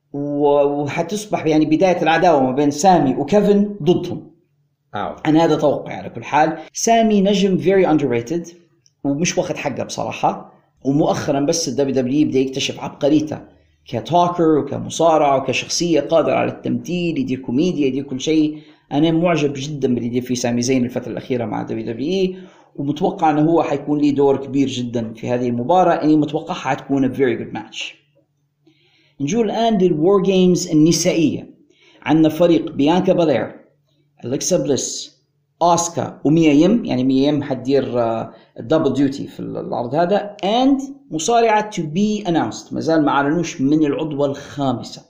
وحتصبح يعني بداية العداوة ما بين سامي وكيفن ضدهم. أنا هذا توقعي على كل حال. سامي نجم very underrated ومش واخد حقه بصراحة، ومؤخرا بس الدبليو دبليو بدأ يكتشف عبقريته كتوكر وكمصارع وكشخصية قادر على التمثيل، يدير كوميديا، يدير كل شيء. أنا معجب جدا باللي يدير فيه سامي زين الفترة الأخيرة مع دبليو دبليو، ومتوقع أنه هو حيكون ليه دور كبير جدا في هذه المباراة. أني متوقعها حتكون a very good match. نجول الآن للوار جيمز النسائية. عندنا فريق بيانكا بالير، أليكسا بليس، أوسكا وميا يم. يعني ميا يم حتدير دبل ديوتي في العرض هذا. and مصارعة to be announced، مازال ما أعلنوش من العضوة الخامسة،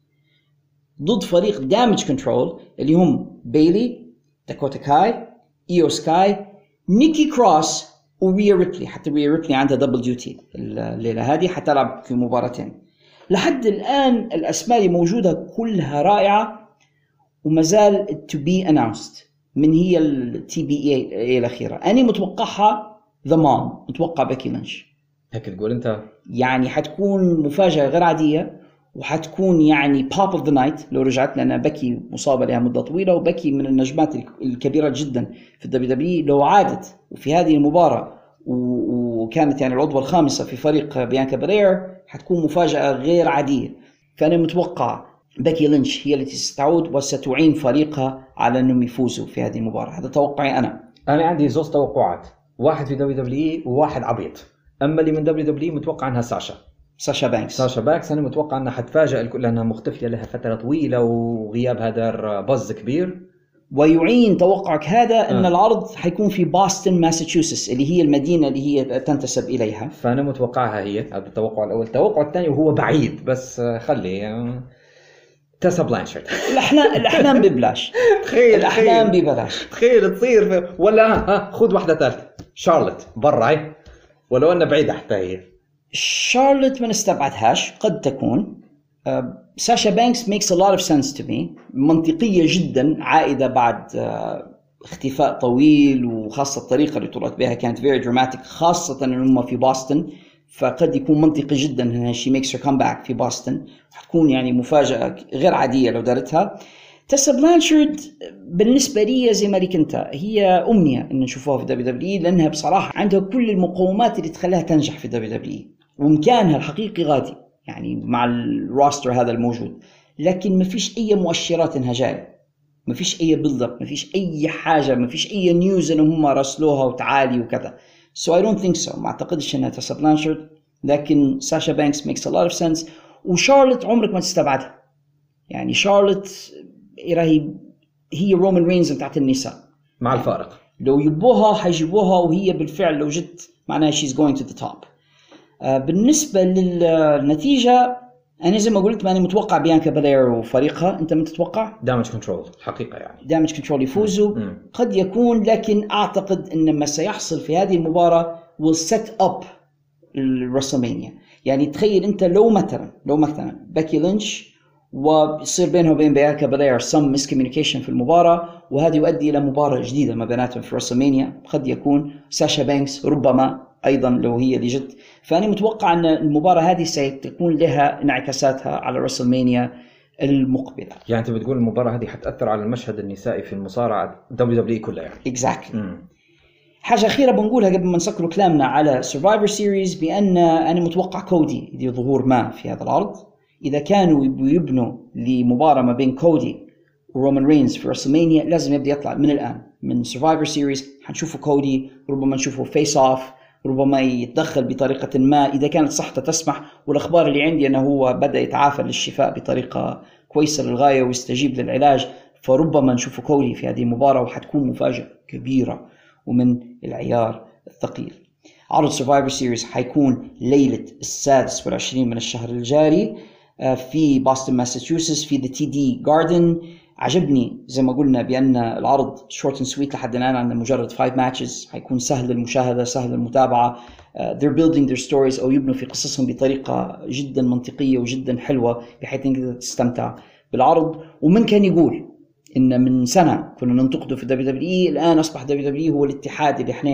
ضد فريق دامج كنترول اللي هم بيلي، داكوتا كاي، إيو سكاي، نيكي كروس وريا ريبلي. حتى ريا ريبلي عندها دبل ديوتي الليلة هذه، حتلعب في مباراتين. لحد الآن الأسماء اللي موجودة كلها رائعة، ومازال to be announced. من هي التي بي اي الأخيرة؟ أنا متوقعها The Mom، متوقع بيكي لينش. هيك تقول أنت؟ يعني حتكون مفاجأة غير عادية، وحتكون يعني pop of the night لو رجعت لنا. بيكي مصابة لها مدة طويلة، وبيكي من النجمات الكبيرة جدا في الدبليو دبليو. لو عادت وفي هذه المباراة وكانت يعني العضوة الخامسة في فريق بيانكا بالير، حتكون مفاجأة غير عادية. فأنا متوقع بيكي لينش هي التي ستعود وستعين فريقها على أنهم يفوزوا في هذه المباراة. هذا توقعي أنا عندي زوج توقعات، واحد في دبليو دبليو وواحد عبيط. أما اللي من دبليو دبليو متوقع أنها ساشا بانكس. أنا متوقع أنها حتفاجأ الكل لأنها مختفية لها فترة طويلة وغيابها دار بز كبير. ويعين توقعك هذا أن العرض حيكون في بوسطن ماساتشوستس اللي هي المدينة اللي هي تنتسب إليها. فأنا متوقعها هي. هذا التوقع الأول. التوقع الثاني وهو بعيد بس خلي تيسا بلانشارد. الأحلام ببلاش. تخيل الأحلام ببلاش. تخيل تصير ولا خذ واحدة ثالثة شارلوت برا، ولو أنها بعيدة حتى هي. شارلوت ما نستبعدهاش، قد تكون. ساشا بانكس makes a lot of sense to me، منطقية جدا، عائدة بعد اختفاء طويل، وخاصة الطريقة اللي طلعت بها كانت very dramatic، خاصة أنهم في بوسطن. فقد يكون منطقي جدا أنها she makes her comeback في بوسطن، حتكون يعني مفاجأة غير عادية لو دارتها. تيسا بلانشارد بالنسبة لي زي ما لك أنت، هي أمنية أن نشوفوها في دبليو دبليو، لأنها بصراحة عندها كل المقومات اللي تخليها تنجح في دبليو دبليو، ومكانها الحقيقي غادي يعني مع الروستر هذا الموجود. لكن ما فيش أي مؤشرات إنها جاية، ما فيش أي بيلد، ما فيش أي حاجة، ما فيش أي نيوز إنهم هم راسلوها وتعالي وكذا. So I don't think so. ما أعتقدش إنها تيسا بلانشارد، لكن ساشا بانكس makes a lot of sense. وشارلوت عمرك ما تستبعدها، يعني شارلوت هي رومان رينز بتاعت النساء مع الفارق. لو يبوها حيجيبوها، وهي بالفعل لو جت معناها she's going to the top. بالنسبة للنتيجة أنا زي ما قلت، ما أنا متوقع بيانكا بالير وفريقها. أنت من تتوقع؟ دامج كنترول حقيقة، يعني دامج كنترول يفوزوا. قد يكون، لكن أعتقد أن ما سيحصل في هذه المباراة will set up الرسلمانيا. يعني تخيل أنت لو مثلا بيكي لينش ويصير بينه وبين بيانكا بالير some miscommunication في المباراة، وهذا يؤدي إلى مباراة جديدة ما بيناتهم في رسلمانيا. قد يكون ساشا بانكس ربما أيضا لو هي اللي جت. فأنا متوقع أن المباراة هذه ستكون لها انعكاساتها على رسلمانيا المقبلة. يعني أنت بتقول المباراة هذه حتأثر على المشهد النسائي في المصارعة دبليو دبليو كلها يعني. Exactly. حاجة أخيرة بنقولها قبل ما نسكر كلامنا على Survivor Series، بأن أنا متوقع كودي يدير ظهور ما في هذا العرض. إذا كانوا يبنوا لمباراة ما بين كودي ورومان رينز في رسلمانيا، لازم يبدأ يطلع من الآن من Survivor Series. حنشوفه كودي، ربما نشوفه فيس أوف، ربما يتدخل بطريقة ما إذا كانت صحته تسمح. والأخبار اللي عندي أنه هو بدأ يتعافى للشفاء بطريقة كويسة للغاية ويستجيب للعلاج، فربما نشوفه كودي في هذه المباراة، وحتكون مفاجأة كبيرة ومن العيار الثقيل. عرض Survivor Series حيكون ليلة 26 من الشهر الجاري في بوسطن ماساتشوستس في The TD Garden. عجبني زي ما قلنا بأن العرض short and sweet لحد الآن، عندنا مجرد 5 matches، حيكون سهل المشاهدة، سهل المتابعة. they're building their stories أو يبنوا في قصصهم بطريقة جدا منطقية وجدا حلوة، بحيث أنك تستمتع بالعرض. ومن كان يقول إن من سنة كنا ننتقده في WWE، الآن أصبح WWE هو الاتحاد اللي إحنا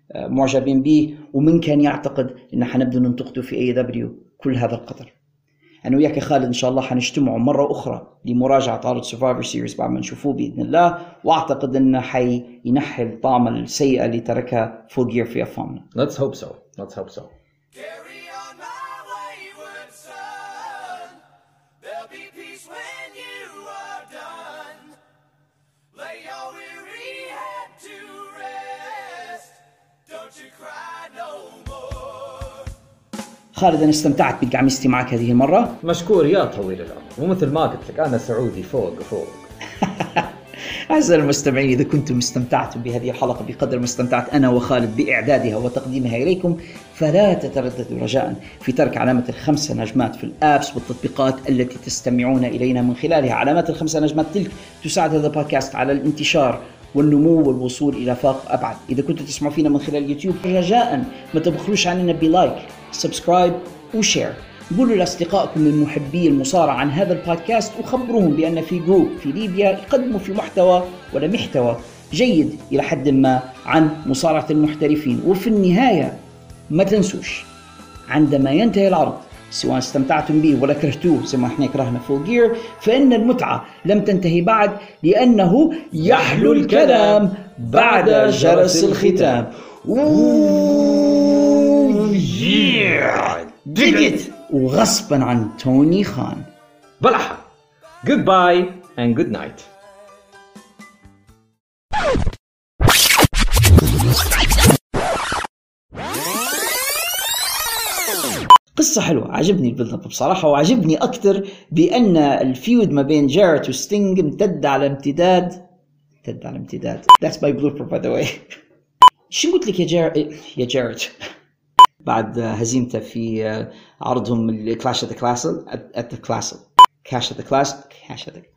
معجبين به، ومن كان يعتقد إن حنبدأ ننتقده في AEW كل هذا القدر. أنا وياك يا خالد إن شاء الله حنجتمعوا مرة أخرى لمراجعة عرض Survivor Series بعد ما نشوفوه بإذن الله، وأعتقد إنه حينحي الطعم السيئة اللي تركها Full Gear في أفهمنا. Let's hope so. Let's hope so. خالد أنا استمتعت بقعمستي معك هذه المرة. مشكور يا طويل العمر، ومثل ما قلت لك أنا سعودي فوق فوق. أعزائي المستمعين، إذا كنتم استمتعتم بهذه الحلقة بقدر ما استمتعت أنا وخالد بإعدادها وتقديمها إليكم، فلا تترددوا رجاء في ترك علامة ال5 نجمات في الآبس والتطبيقات التي تستمعون إلينا من خلالها. علامات ال5 نجمات تلك تساعد هذا البودكاست على الانتشار والنمو والوصول إلى آفاق أبعد. إذا كنتوا تسمعوا فينا من خلال اليوتيوب، رجاء ما تبخلوش عننا بلايك، سبسكرايب وشير. قولوا لأصدقائكم المحبي المصارعة عن هذا البودكاست، وخبروهم بأن في جروب في ليبيا يقدموا في محتوى ولا محتوى جيد إلى حد ما عن مصارعة المحترفين. وفي النهاية ما تنسوش عندما ينتهي العرض، سواء استمتعتم به ولا كرهتوه زي ما احنا كرهنا فول جير، فإن المتعة لم تنتهي بعد، لأنه يحلو الكلام بعد جرس الختام. دقت وغصبا عن توني خان. بلحة. Goodbye and good night. قصة حلوة، عجبني البيلد بصراحة، وعجبني أكتر بأن الفيود ما بين جاريت وستينج امتد على امتداد. That's my blooper by the way. شو قلت لك يا جاريت بعد هزيمته في عرضهم Clash at the Castle.